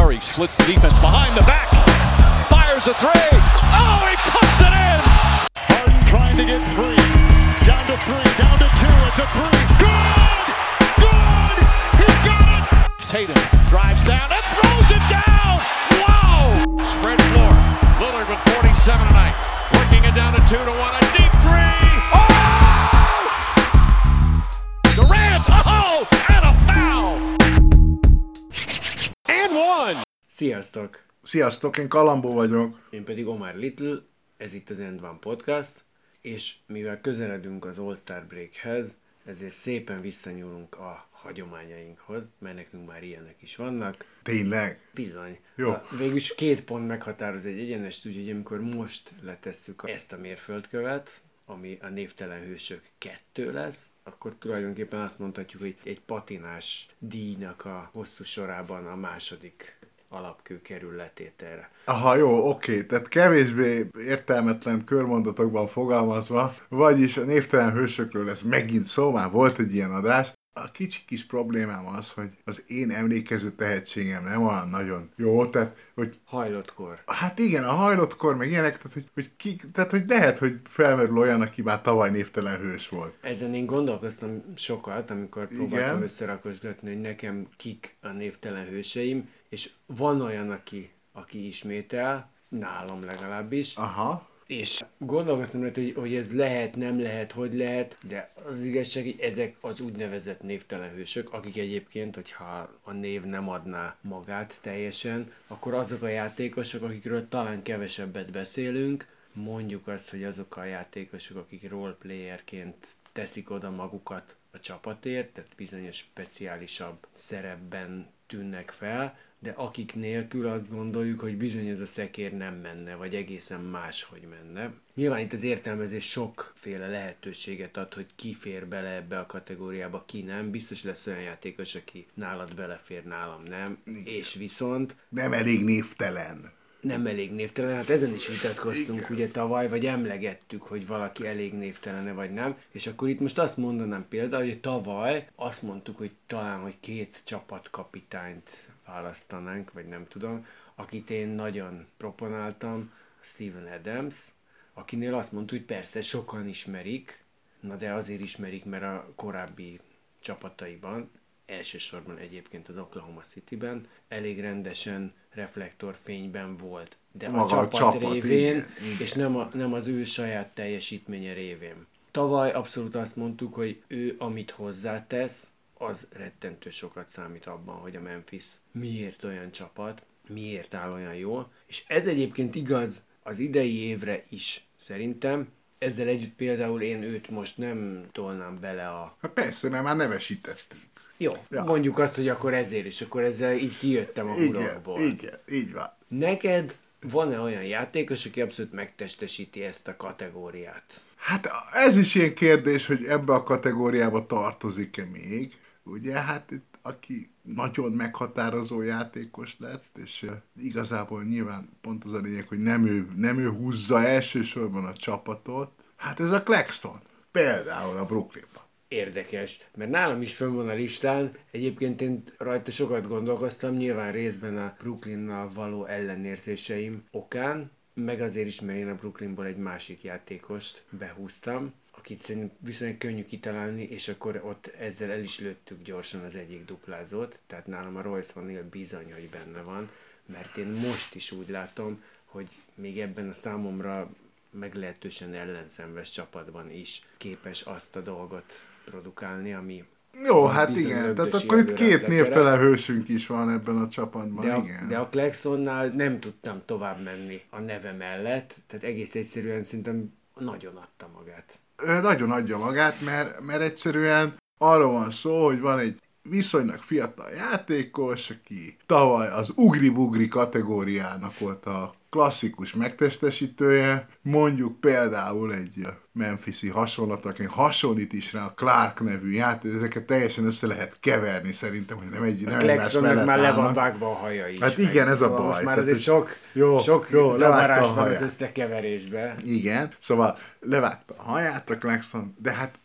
Murray splits the defense behind the back. Fires a three. Oh, he puts it in. Harden trying to get free. Down to three, down to two. It's a three. Good! Good! He got it! Tatum drives down and throws it down. Wow! Spread floor. Lillard with 47 tonight. Working it down to 2-1. A deep three. Oh! Durant. Oh! And a foul. And one. Sziasztok! Sziasztok, én Kalambó vagyok. Én pedig Omar Little, ez itt az End One Podcast, és mivel közeledünk az All-Star Breakhez, ezért szépen visszanyúlunk a hagyományainkhoz, mert nekünk már ilyenek is vannak. Tényleg? Bizony. Jó. Végülis 2 pont meghatároz egy egyenest, úgyhogy amikor most letesszük ezt a mérföldkövet, ami a névtelen hősök 2 lesz, akkor tulajdonképpen azt mondhatjuk, hogy egy patinás díjnak a hosszú sorában a második alapkő kerül letételre. Aha, jó, oké. Tehát kevésbé értelmetlen körmondatokban fogalmazva, vagyis a névtelen hősökről lesz megint szó, már volt egy ilyen adás. A kicsi kis problémám az, hogy az én emlékező tehetségem nem olyan nagyon jó, tehát, hogy... Hajlottkor. Hát igen, a hajlottkor, meg ilyenek, tehát, hogy lehet, hogy felmerül olyan, aki már tavaly névtelen hős volt. Ezen én gondolkoztam sokat, amikor próbáltam Igen. összerakosgatni, hogy nekem kik a névtelen hőseim, és van olyan, aki ismétel, nálam legalábbis, Aha. és gondolkoztam rá, hogy ez lehet, nem lehet, hogy lehet, de az igazság, hogy ezek az úgynevezett névtelen hősök, akik egyébként, hogyha a név nem adná magát teljesen, akkor azok a játékosok, akikről talán kevesebbet beszélünk, mondjuk azt, hogy azok a játékosok, akik roleplayerként teszik oda magukat a csapatért, tehát bizonyos speciálisabb szerepben tűnnek fel, de akik nélkül azt gondoljuk, hogy bizony ez a szekér nem menne, vagy egészen máshogy menne. Nyilván itt az értelmezés sokféle lehetőséget ad, hogy ki fér bele ebbe a kategóriába, ki nem. Biztos lesz olyan játékos, aki nálad belefér, nálam nem. Igen. És viszont Nem elég névtelen. nem elég névtelen, hát ezen is vitatkoztunk Igen. ugye tavaly, vagy emlegettük, hogy valaki elég névtelene vagy nem, és akkor itt most azt mondanám például, hogy tavaly azt mondtuk, hogy talán, hogy 2 csapatkapitányt választanánk, vagy nem tudom, akit én nagyon proponáltam, Steven Adams, akinél azt mondtuk, hogy persze sokan ismerik, na de azért ismerik, mert a korábbi csapataiban, elsősorban egyébként az Oklahoma Cityben elég rendesen reflektorfényben volt. De Maga a csapat révén, igen. és nem az ő saját teljesítménye révén. Tavaly abszolút azt mondtuk, hogy ő, amit hozzátesz, az rettentő sokat számít abban, hogy a Memphis miért olyan csapat, miért áll olyan jól, és ez egyébként igaz az idei évre is, szerintem. Ezzel együtt például én őt most nem tolnám bele a... Hát persze, mert már nevesítettünk. Jó, Ja. mondjuk azt, hogy akkor ezért is, akkor ezzel így kijöttem a hulakból. Igen, így van. Neked van-e olyan játékos, aki abszolút megtestesíti ezt a kategóriát? Hát ez is ilyen kérdés, hogy ebbe a kategóriába tartozik-e még. Ugye, hát itt aki nagyon meghatározó játékos lett, és igazából nyilván pont az a lényeg, hogy nem ő húzza elsősorban a csapatot. Hát ez a Claxton, például a Brooklynban. Érdekes, mert nálam is fönn van a listán, egyébként én rajta sokat gondolkoztam, nyilván részben a Brooklynnal való ellenérzéseim okán, meg azért is, mert én a Brooklynból egy másik játékost behúztam, akit szerintem viszonylag könnyű kitalálni, és akkor ott ezzel el is lőttük gyorsan az egyik duplázót, tehát nálam a Royce O'Neal bizony, hogy benne van, mert én most is úgy látom, hogy még ebben a számomra meglehetősen ellenszenves csapatban is képes azt a dolgot produkálni, ami Jó, hát bizony igen, tehát lögdösi akkor itt előre a 2 szekeret. névtelen hősünk is van ebben a csapatban, igen. De a Claxtonnál nem tudtam tovább menni a neve mellett, tehát egész egyszerűen szerintem nagyon adta magát. Ő nagyon adja magát, mert egyszerűen arról van szó, hogy van egy viszonylag fiatal játékos, aki tavaly az ugri-bugri kategóriának volt a klasszikus megtestesítője, mondjuk például egy Memphis-i hasonlat, aki hasonlít is rá a Clark nevű játék, ezeket teljesen össze lehet keverni szerintem, hogy nem egymás Claxtonnak mellett már le van állnak. vágva a haja is. Hát igen, ez a szóval baj. Most már Tehát azért ez- sok jó, zavarás levágta a van az haját. összekeverésbe. Igen, szóval levágta a haját a Claxton, de hát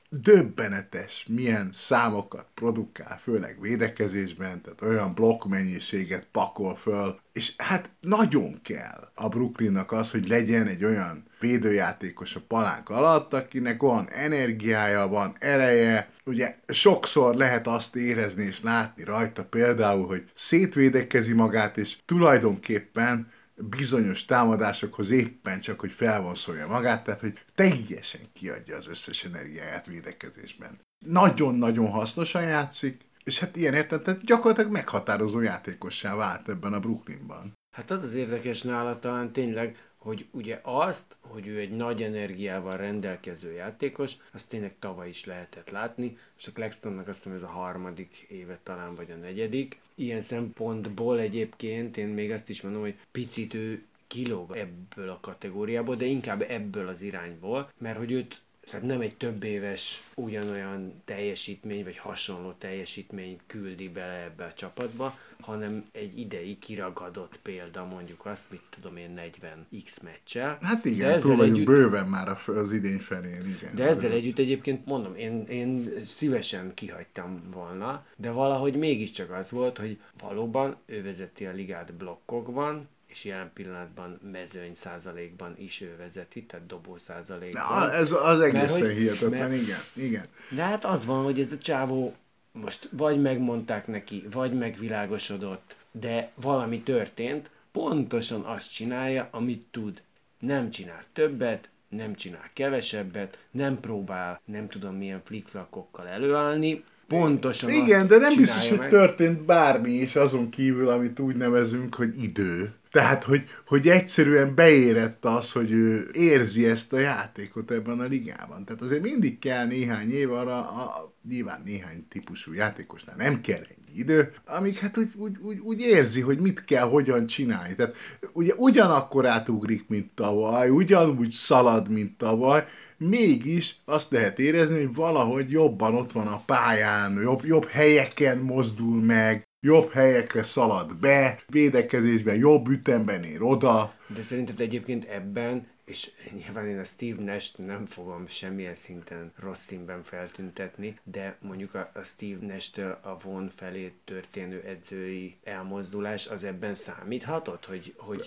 döbbenetes, milyen számokat produkál, főleg védekezésben, tehát olyan blokkmennyiséget pakol föl, és hát nagyon kell a Brooklynnak az, hogy legyen egy olyan védőjátékos a palánk alatt, akinek van energiája, van ereje. Ugye sokszor lehet azt érezni és látni rajta például, hogy szétvédekezi magát, és tulajdonképpen bizonyos támadásokhoz éppen csak, hogy felvonszolja magát, tehát hogy teljesen kiadja az összes energiáját védekezésben. Nagyon-nagyon hasznosan játszik, és hát ilyen értelemben gyakorlatilag meghatározó játékossá vált ebben a Brooklynban. Hát az érdekes nála talán tényleg, hogy ugye azt, hogy ő egy nagy energiával rendelkező játékos, azt tényleg tavaly is lehetett látni, és a Claxtonnak azt hiszem ez a 3. éve talán, vagy a 4. Ilyen szempontból egyébként én még azt is mondom, hogy picit ő kilóg ebből a kategóriából, de inkább ebből az irányból, mert hogy őt tehát nem egy több éves ugyanolyan teljesítmény, vagy hasonló teljesítmény küldi bele ebbe a csapatba, hanem egy idei kiragadott példa, mondjuk azt, mit tudom én, 40x meccsel. Hát igen, túl vagyunk bőven már az idény felén, igen. De ezzel együtt egyébként mondom, én szívesen kihagytam volna, de valahogy mégiscsak az volt, hogy valóban ő vezeti a ligát blokkokban, és jelen pillanatban mezőny százalékban is ő vezeti, tehát dobó százalékban. Ez az egészen hihetetlen, igen. De hát az van, hogy ez a csávó most vagy megmondták neki, vagy megvilágosodott, de valami történt, pontosan azt csinálja, amit tud. Nem csinál többet, nem csinál kevesebbet, nem próbál nem tudom milyen flikflakokkal előállni, pontosan igen, azt de nem csinálja biztos, hogy meg. történt bármi is azon kívül, amit úgy nevezünk, hogy idő. Tehát, hogy egyszerűen beérett az, hogy ő érzi ezt a játékot ebben a ligában. Tehát azért mindig kell néhány év arra, nyilván néhány típusú játékosnál nem kell ennyi idő, amíg hát úgy érzi, hogy mit kell, hogyan csinálni. Tehát ugye ugyanakkor átugrik, mint tavaly, ugyanúgy szalad, mint tavaly, mégis azt lehet érezni, hogy valahogy jobban ott van a pályán, jobb helyeken mozdul meg, jobb helyekre szalad be, védekezésben jobb ütemben ér oda. De szerinted egyébként ebben, és nyilván én a Steve Nash-t nem fogom semmilyen szinten rossz színben feltüntetni, de mondjuk a Steve Nash-től a Von felé történő edzői elmozdulás az ebben számíthatott, hogy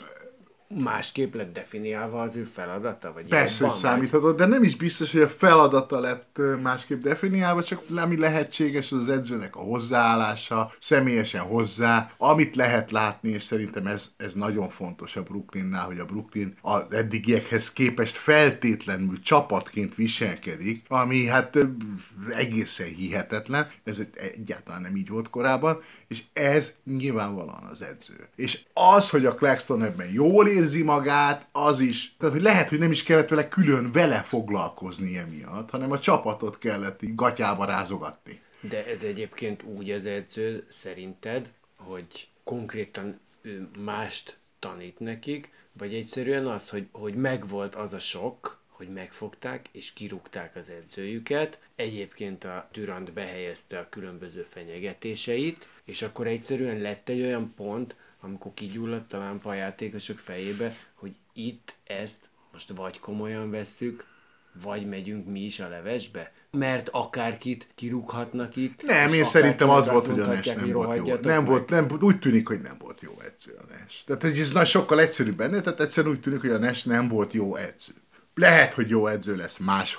másképp lett definiálva az ő feladata? Vagy persze, hogy számíthatott, de nem is biztos, hogy a feladata lett másképp definiálva, csak ami lehetséges, az edzőnek a hozzáállása, személyesen hozzá, amit lehet látni, és szerintem ez nagyon fontos a Brooklynnál, hogy a Brooklyn az eddigiekhez képest feltétlenül csapatként viselkedik, ami hát egészen hihetetlen, ez egyáltalán nem így volt korábban, és ez nyilvánvalóan az edző. És az, hogy a Claxton ebben jól érzi magát, az is, tehát hogy lehet, hogy nem is kellett vele foglalkozni emiatt, hanem a csapatot kellett így gatyába rázogatni. De ez egyébként úgy az edző szerinted, hogy konkrétan ő mást tanít nekik, vagy egyszerűen az, hogy megvolt az a sok, hogy megfogták és kirúgták az edzőjüket. Egyébként a Durant behelyezte a különböző fenyegetéseit, és akkor egyszerűen lett egy olyan pont, amikor kigyulladt a lámpa a játékosok fejébe, hogy itt ezt most vagy komolyan vesszük, vagy megyünk mi is a levesbe. Mert akárkit kirúghatnak itt. Nem, én szerintem az volt, hogy a Nash nem volt jó. Úgy tűnik, hogy nem volt jó edző a Nash. Tehát ez sokkal egyszerűbb benne, tehát egyszerűen úgy tűnik, hogy a Nash nem volt jó edző. Lehet, hogy jó edző lesz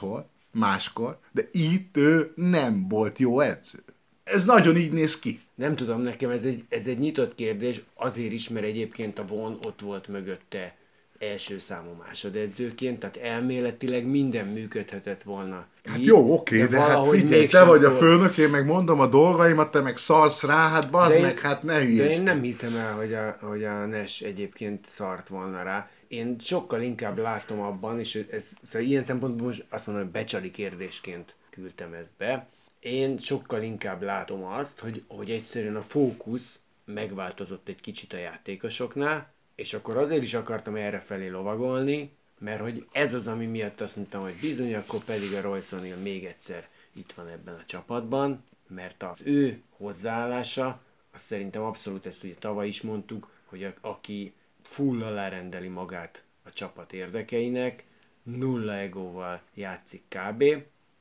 máskor, de itt ő nem volt jó edző. Ez nagyon így néz ki. Nem tudom, nekem ez egy nyitott kérdés, azért is, mert egyébként a Von ott volt mögötte első számú másodedzőként, tehát elméletileg minden működhetett volna. Hát jó, oké, de hát figyelj, te vagy a főnök, én meg mondom a dolgaimat, te meg szarsz rá, hát bazd meg, hát ne hülyesd. De én nem hiszem el, hogy a Nash egyébként szart volna rá. Én sokkal inkább látom abban, és szóval ilyen szempontból most azt mondom, hogy becsali kérdésként küldtem ezt be. Én sokkal inkább látom azt, hogy egyszerűen a fókusz megváltozott egy kicsit a játékosoknál, és akkor azért is akartam erre felé lovagolni, mert hogy ez az, ami miatt azt mondtam, hogy bizony, akkor pedig a Royce O'Neal még egyszer itt van ebben a csapatban, mert az ő hozzáállása, azt szerintem abszolút, ezt ugye tavaly is mondtuk, hogy aki full alárendeli magát a csapat érdekeinek, nulla egóval játszik kb.,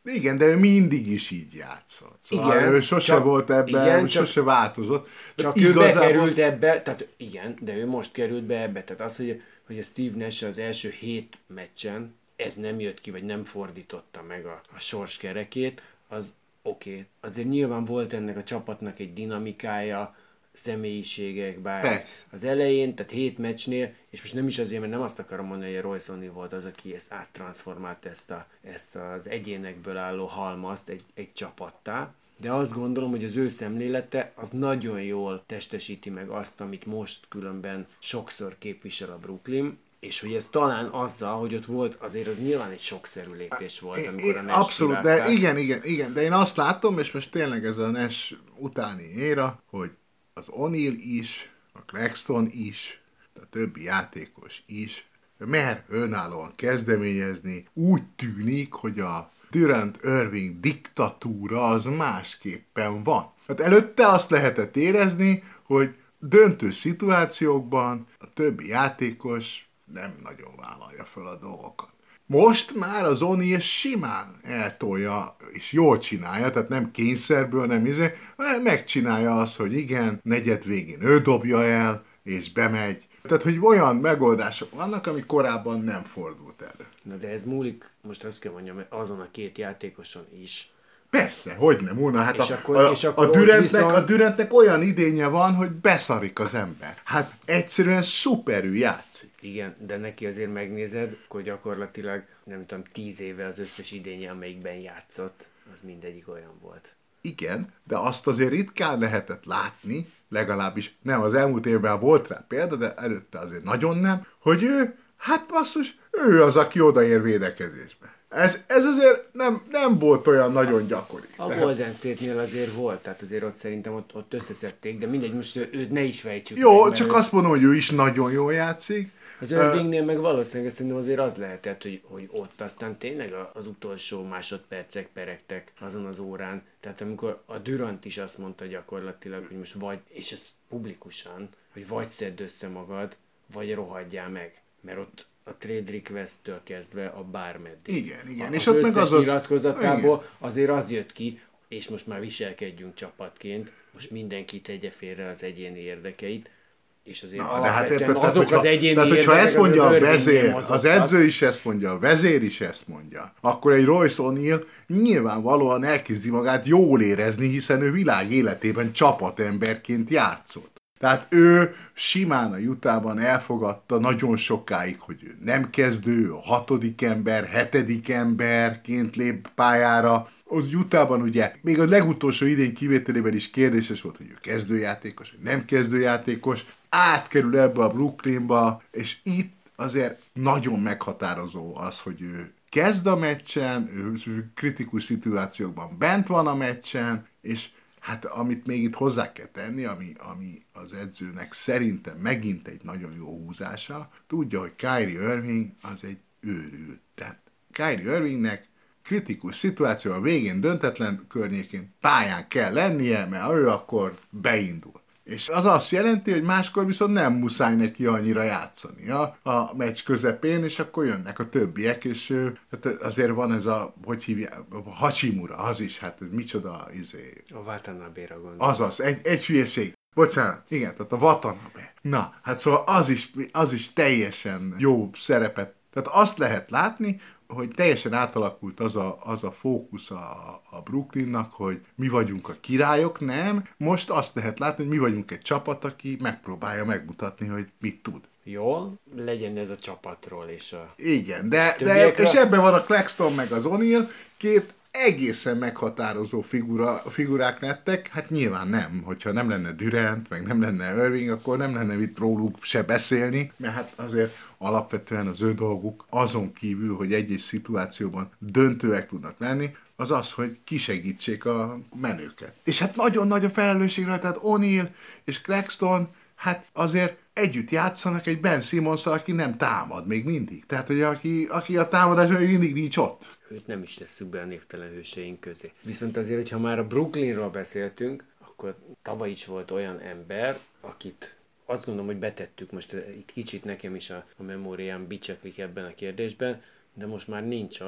Igen, de ő mindig is így játszott. Szóval Igen, ő sose volt ebben, igen, sose változott. csak Igazából... ő bekerült ebbe, tehát igen, de ő most került be ebbe. Tehát az, hogy a Steve Nash az első 7 meccsen ez nem jött ki, vagy nem fordította meg a sors kerekét, az oké. Azért nyilván volt ennek a csapatnak egy dinamikája, személyiségek, bár Persze. az elején, tehát 7 meccsnél, és most nem is azért, mert nem azt akarom mondani, hogy a Royce O'Neal volt az, aki ezt áttranszformált ezt az egyénekből álló halmazt egy csapattá, de azt gondolom, hogy az ő szemlélete az nagyon jól testesíti meg azt, amit most különben sokszor képvisel a Brooklyn, és hogy ez talán azzal, hogy ott volt, azért az nyilván egy sokszerű lépés volt, amikor a Nash Abszolút, kivágták. de igen, de én azt látom, és most tényleg ez a Nash utáni éra, hogy az O'Neal is, a Claxton is, a többi játékos is mer önállóan kezdeményezni. Úgy tűnik, hogy a Durant-Irving diktatúra az másképpen van. Hát előtte azt lehetett érezni, hogy döntő szituációkban a többi játékos nem nagyon vállalja fel a dolgokat. Most már az O'Neal simán eltolja, és jól csinálja, tehát nem kényszerből, nem megcsinálja azt, hogy igen, negyed végén ő dobja el, és bemegy. Tehát, hogy olyan megoldások vannak, ami korábban nem fordult elő. Na de ez múlik, most azt kell mondjam, azon a 2 játékoson is. Persze, hogy nem múlna. Hát És akkor a Durantnek olyan idénye van, hogy beszarik az ember. Hát egyszerűen szuperül játszik. Igen, de neki azért megnézed, hogy gyakorlatilag, nem tudom, 10 éve az összes idénye, amelyikben játszott, az mindegyik olyan volt. Igen, de azt azért ritkán lehetett látni, legalábbis nem az elmúlt évben volt rá példa, de előtte azért nagyon nem, hogy ő, hát basszus, ő az, aki odaér védekezésbe. Ez azért nem volt olyan nagyon gyakori. A Golden State-nél azért volt, tehát azért ott szerintem ott összeszedték, de mindegy, most őt ne is fejtsük. Jó, meg, csak mert azt mondom, hogy ő is nagyon jól játszik. az Irvingnél meg valószínűleg szerintem azért az lehetett, hogy ott aztán tényleg az utolsó másodpercek peregtek azon az órán. Tehát amikor a Durant is azt mondta gyakorlatilag, hogy most vagy, és ez publikusan, hogy vagy szedd össze magad, vagy rohadjál meg. Mert ott a trade request-től kezdve a bármeddig. Igen. És ott meg az nyilatkozatából azért az jött ki, és most már viselkedjünk csapatként, most mindenki tegye félre az egyéni érdekeit, és azért alapvetően azok az egyéni tehát, érdekek, hogyha ezt mondja a Irving vezér, nem az mozogtak. edző is ezt mondja, a vezér is ezt mondja, akkor egy Royce O'Neal nyilvánvalóan elkezdi magát jól érezni, hiszen ő világ életében csapatemberként játszott. Tehát ő simán a Utahban elfogadta nagyon sokáig, hogy ő nem kezdő, a 6. ember, 7. emberként lép pályára. Az Utahban ugye még a legutolsó idény kivételében is kérdéses volt, hogy ő kezdőjátékos, vagy nem kezdőjátékos. Átkerül ebbe a Brooklynba, és itt azért nagyon meghatározó az, hogy ő kezd a meccsen, ő kritikus szituációkban bent van a meccsen, és hát amit még itt hozzá kell tenni, ami az edzőnek szerintem megint egy nagyon jó húzása, tudja, hogy Kyrie Irving az egy őrült. Tehát Kyrie Irvingnek kritikus szituáció a végén döntetlen környékén pályán kell lennie, mert ő akkor beindul. És az azt jelenti, hogy máskor viszont nem muszáj neki annyira játszania a meccs közepén, és akkor jönnek a többiek, és hát azért van ez a, hogy hívják, a Hachimura, az is, hát ez micsoda, A Watanabe-ra gondolom. azaz, egy hülyeség. Bocsánat, igen, tehát a Watanabe. Na, hát szóval az is teljesen jó szerepet. Tehát azt lehet látni, hogy teljesen átalakult az a fókusz a Brooklynnak, hogy mi vagyunk a királyok, nem. Most azt lehet látni, hogy mi vagyunk egy csapat, aki megpróbálja megmutatni, hogy mit tud. Jó, legyen ez a csapatról és a... Igen, de többiekre? és ebben van a Claxton meg az O'Neal, 2 egészen meghatározó figurák lettek, hát nyilván nem, hogyha nem lenne Durant, meg nem lenne Irving, akkor nem lenne itt róluk se beszélni, mert hát azért alapvetően az ő dolguk azon kívül, hogy egy-egy szituációban döntőek tudnak lenni, az az, hogy kisegítsék a menőket. És hát nagyon nagy a felelősség rá, tehát O'Neal és Claxton, hát azért együtt játszanak egy Ben Simmons-szal, aki nem támad még mindig. Tehát, hogy aki a támadásban még mindig nincs ott. Őt nem is tesszük be a névtelen hőseink közé. Viszont azért, hogyha már a Brooklynról beszéltünk, akkor tavaly is volt olyan ember, akit azt gondolom, hogy betettük, most itt kicsit nekem is a memóriám bicseklik ebben a kérdésben, de most már nincs ott,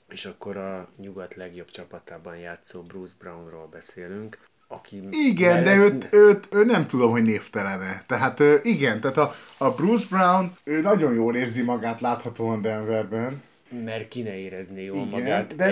és akkor a nyugat legjobb csapatában játszó Bruce Brownról beszélünk, aki... Igen, de ő nem tudom, hogy névtelene. Tehát igen, tehát a Bruce Brown, ő nagyon jól érzi magát láthatóan Denverben. Mert ki ne érezné jól Igen, magát. de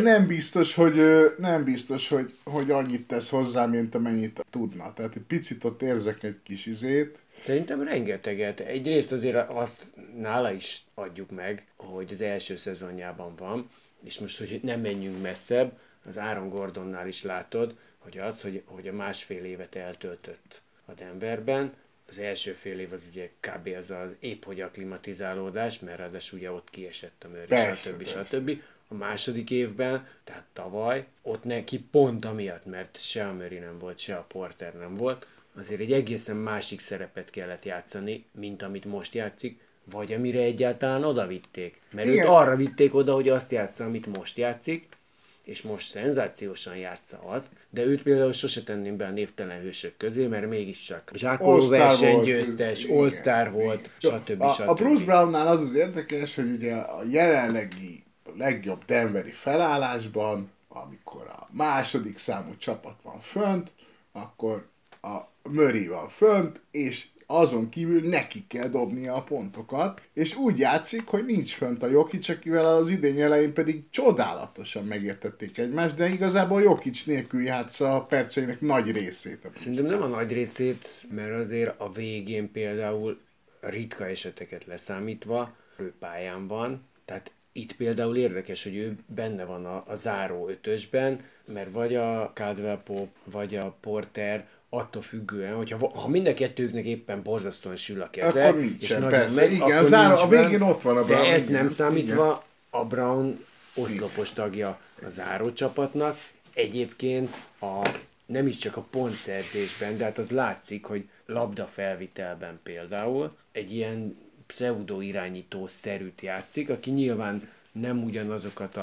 nem biztos, hogy annyit tesz hozzá, mint amennyit tudna. Tehát egy picit ott érzek egy kis izét. Szerintem rengeteget. Egyrészt azért azt nála is adjuk meg, hogy az első szezonjában van, és most, hogy nem menjünk messzebb, az Aaron Gordonnál is látod, hogy a másfél évet eltöltött a Denverben. Az első fél év az ugye kb. Az épp hogy akklimatizálódás, mert ráadásul ugye ott kiesett a Murray, stb. A második évben, tehát tavaly, ott neki pont amiatt, mert se a Murray nem volt, se a Porter nem volt, azért egy egészen másik szerepet kellett játszani, mint amit most játszik, vagy amire egyáltalán oda vitték. Mert őt arra vitték oda, hogy azt játsza, amit most játszik, és most szenzációsan játsza azt, de őt például sose tenném be a névtelen hősök közé, mert mégiscsak zsákoló versenygyőztes, All-Star volt, stb. A Bruce Brownnál az érdekes, hogy ugye a jelenlegi legjobb denveri felállásban, amikor a második számú csapat van fönt, akkor a Murray van fönt, és azon kívül neki kell dobnia a pontokat, és úgy játszik, hogy nincs fönt a Jokic, akivel az idény elején pedig csodálatosan megértették egymást, de igazából Jokic nélkül játsza a perceinek nagy részét. Szerintem nem a nagy részét, mert azért a végén például ritka eseteket leszámítva, ő pályán van, tehát itt például érdekes, hogy ő benne van a záró ötösben, mert vagy a Caldwell Pope, vagy a Porter, attól függően, hogyha mind a kettőknek éppen borzasztóan sül a keze, akkor nincsen, és nagyon persze, megy, igen, akkor a végén ott van a Brown. De ezt igen, nem számítva, igen. a Brown oszlopos tagja a záró csapatnak. Egyébként nem is csak a pontszerzésben, de hát az látszik, hogy labdafelvitelben például egy ilyen pseudo irányító szerűt játszik, aki nyilván nem ugyanazokat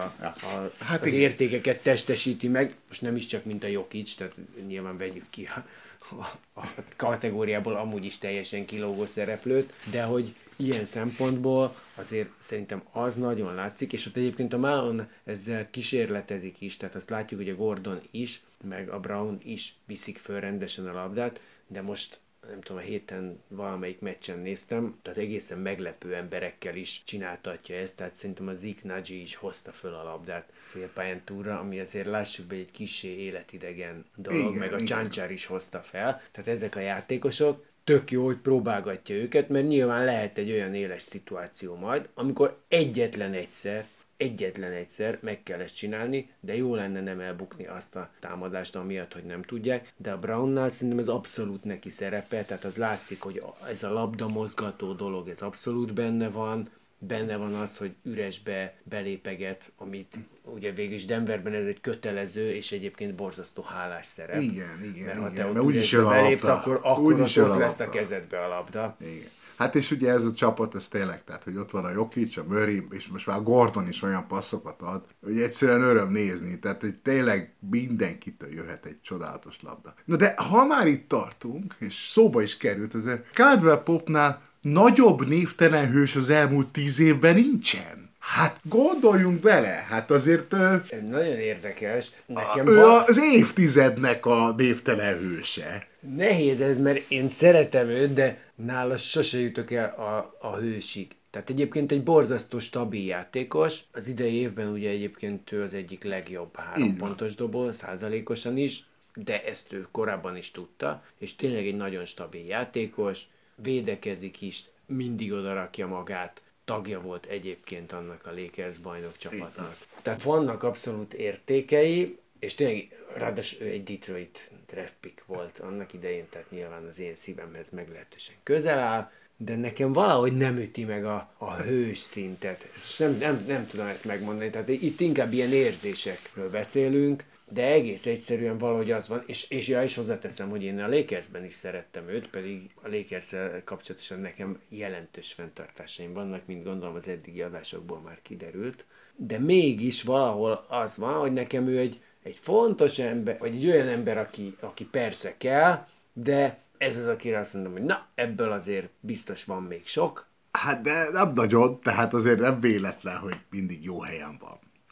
az értékeket testesíti meg, most nem is csak mint a Jokic, tehát nyilván vegyük ki a kategóriából amúgy is teljesen kilógó szereplőt, de hogy ilyen szempontból azért szerintem az nagyon látszik, és ott egyébként a Malone ezzel kísérletezik is, tehát azt látjuk, hogy a Gordon is, meg a Brown is viszik föl rendesen a labdát, de most nem tudom, a héten valamelyik meccsen néztem, tehát egészen meglepő emberekkel is csináltatja ezt, tehát szerintem a Zeke Nagy is hozta föl a labdát félpályán túlra, ami azért lássuk be egy kissé életidegen dolog, igen, meg a Csancsár is hozta fel, tehát ezek a játékosok tök jó, hogy próbálgatja őket, mert nyilván lehet egy olyan éles szituáció majd, amikor egyetlen egyszer meg kell ezt csinálni, de jó lenne nem elbukni azt a támadást, amiatt, hogy nem tudják, de a Brownnál szerintem ez abszolút neki szerepe, tehát az látszik, hogy ez a labda mozgató dolog, ez abszolút benne van az, hogy üresbe belépeget, amit ugye végül is Denverben ez egy kötelező, és egyébként borzasztó hálás szerep. Igen. Mert ha te ott üresbe belépsz, akkor ott lesz a kezedbe a labda. Igen. Hát és ugye ez a csapat, ez tényleg, tehát, hogy ott van a Jokic, a Murray, és most már a Gordon is olyan passzokat ad, hogy egyszerűen öröm nézni, tehát hogy tényleg mindenkitől jöhet egy csodálatos labda. Na de ha már itt tartunk, és szóba is került, azért Caldwell Pope-nál nagyobb névtelen hős az elmúlt 10 évben nincsen. Hát gondoljunk bele, hát azért... Ez nagyon érdekes. Nekem ő az évtizednek a névtelen hőse. Nehéz ez, mert én szeretem őt, de nála sose jutok el a hősig. Tehát egyébként egy borzasztó stabil játékos. Az idei évben ugye egyébként ő az egyik legjobb 3 pontos dobó, százalékosan is, de ezt ő korábban is tudta, és tényleg egy nagyon stabil játékos, védekezik is, mindig odarakja magát, tagja volt egyébként annak a Lakers bajnok csapatnak. Tehát vannak abszolút értékei, és tényleg ráadásul egy Detroit draft pick volt annak idején, tehát nyilván az én szívemhez meglehetősen közel áll, de nekem valahogy nem üti meg a hős szintet. Nem tudom ezt megmondani, tehát itt inkább ilyen érzésekről beszélünk, de egész egyszerűen valahogy az van, és hozzáteszem, hogy én a Lakersben is szerettem őt, pedig a Lakers-szel kapcsolatosan nekem jelentős fenntartásaim vannak, mint gondolom az eddigi adásokból már kiderült, de mégis valahol az van, hogy nekem ő egy fontos ember, vagy egy olyan ember, aki persze kell, de ez az, akire azt mondom, hogy na, ebből azért biztos van még sok. Hát de nem nagyon, tehát azért nem véletlen, hogy mindig jó helyen van.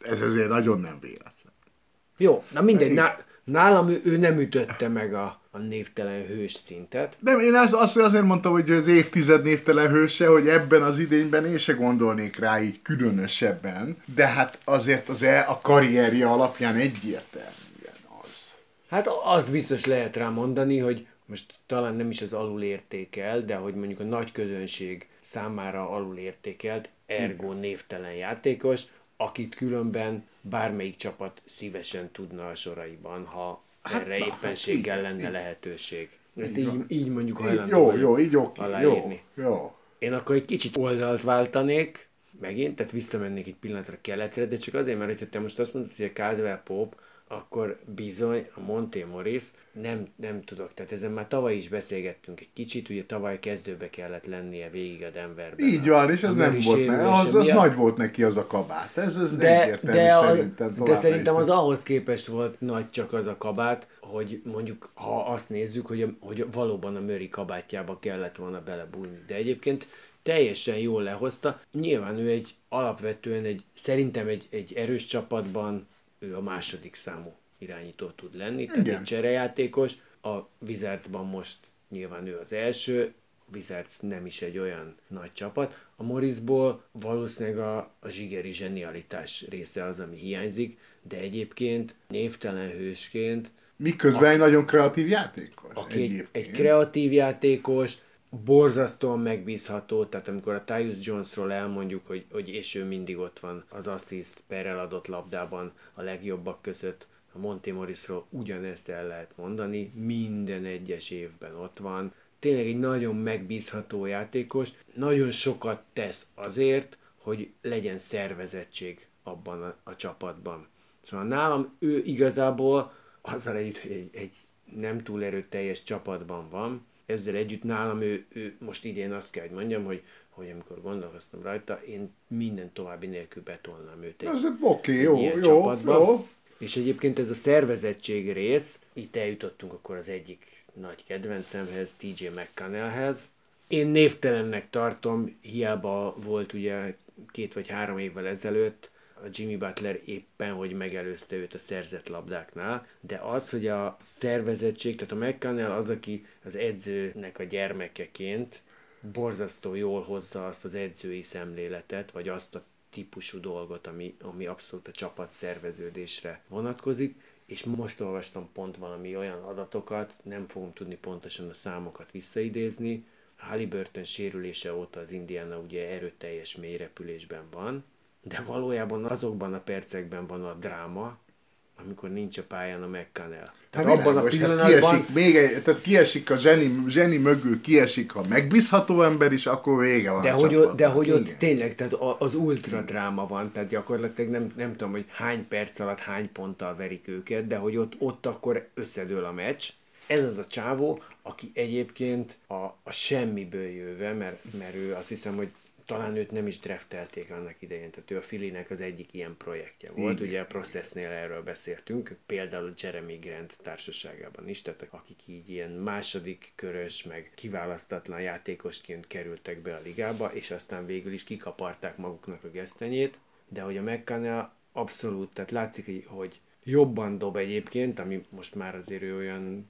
ez azért nagyon nem véletlen. Jó, na mindegy, Igen. nálam ő nem ütötte meg a névtelen hős szintet. Nem, én azért mondtam, hogy az évtized névtelen hőse, hogy ebben az idényben én se gondolnék rá így különösebben, de hát azért a karrierje alapján egyértelműen az. Hát azt biztos lehet rá mondani, hogy most talán nem is az alulértékel, de hogy mondjuk a nagy közönség számára alulértékelt, ergo névtelen játékos, akit különben bármelyik csapat szívesen tudna a soraiban, ha erre éppenséggel igen, lenne igen. lehetőség. Ezt így mondjuk Jó, hajlandó így oké, aláírni. jó. Én akkor egy kicsit oldalt váltanék, megint, tehát visszamennék egy pillanatra keletre, de csak azért, mert te most azt mondtad, hogy a Caldwell Pope, akkor bizony a Monte Morris, nem tudok, tehát ezen már tavaly is beszélgettünk egy kicsit, ugye tavaly kezdőbe kellett lennie végig a Denverben. Így van, és ez nem volt az nagy volt neki az a kabát. Ez egyértelmű szerintem. De szerintem az ahhoz képest volt nagy csak az a kabát, hogy mondjuk, ha azt nézzük, hogy valóban a Murray kabátjába kellett volna belebújni. De egyébként teljesen jól lehozta. Nyilván ő alapvetően szerintem egy erős csapatban ő a második számú irányító tud lenni, tehát egy cserejátékos. A Wizardsban most nyilván ő az első, a Wizards nem is egy olyan nagy csapat. A Morrisból valószínűleg a zsigeri zsenialitás része az, ami hiányzik, de egyébként névtelen hősként miközben egy nagyon kreatív játékos. Aki egy kreatív játékos, borzasztóan megbízható, tehát amikor a Tyus Jonesról elmondjuk, hogy és ő mindig ott van az assziszt per eladott labdában a legjobbak között, a Monte Morrisról ugyanezt el lehet mondani, minden egyes évben ott van. Tényleg egy nagyon megbízható játékos, nagyon sokat tesz azért, hogy legyen szervezettség abban a csapatban. Szóval nálam ő igazából azzal együtt, hogy egy nem túl erőteljes csapatban van, ezzel együtt nálam ő most idén azt kell, hogy mondjam, hogy amikor gondolkoztam rajta, én minden további nélkül betolnám őt egy ilyen csapatba. Jó. És egyébként ez a szervezettség rész, itt eljutottunk akkor az egyik nagy kedvencemhez, TJ McConnellhez. Én névtelennek tartom, hiába volt ugye 2 vagy 3 évvel ezelőtt, a Jimmy Butler éppen, hogy megelőzte őt a szerzett labdáknál, de az, hogy a szervezettség, tehát a McConnell az, aki az edzőnek a gyermekeként borzasztó jól hozza azt az edzői szemléletet, vagy azt a típusú dolgot, ami abszolút a csapat szerveződésre vonatkozik, és most olvastam pont valami olyan adatokat, nem fogom tudni pontosan a számokat visszaidézni. Halliburton sérülése óta az Indiana ugye erőteljes mélyrepülésben van, de valójában azokban a percekben van a dráma, amikor nincs a pályán a McConnell. Tehát hát abban világos, a pillanatban... tehát kiesik a zseni mögül, kiesik a megbízható ember is, akkor vége van de hogy ott tényleg, tehát az ultra dráma van, tehát gyakorlatilag nem tudom, hogy hány perc alatt hány ponttal verik őket, de hogy ott akkor összedől a meccs. Ez az a csávó, aki egyébként a semmiből jöve, mert ő azt hiszem, hogy talán őt nem is draftelték annak idején, tehát ő a Phillynek az egyik ilyen projektje volt, igen. Ugye a Processnél erről beszéltünk, például a Jeremy Grant társaságában is, tehát akik így ilyen második körös, meg kiválasztatlan játékosként kerültek be a ligába, és aztán végül is kikaparták maguknak a gesztenyét, de hogy a McConnell abszolút, tehát látszik, hogy jobban dob egyébként, ami most már azért olyan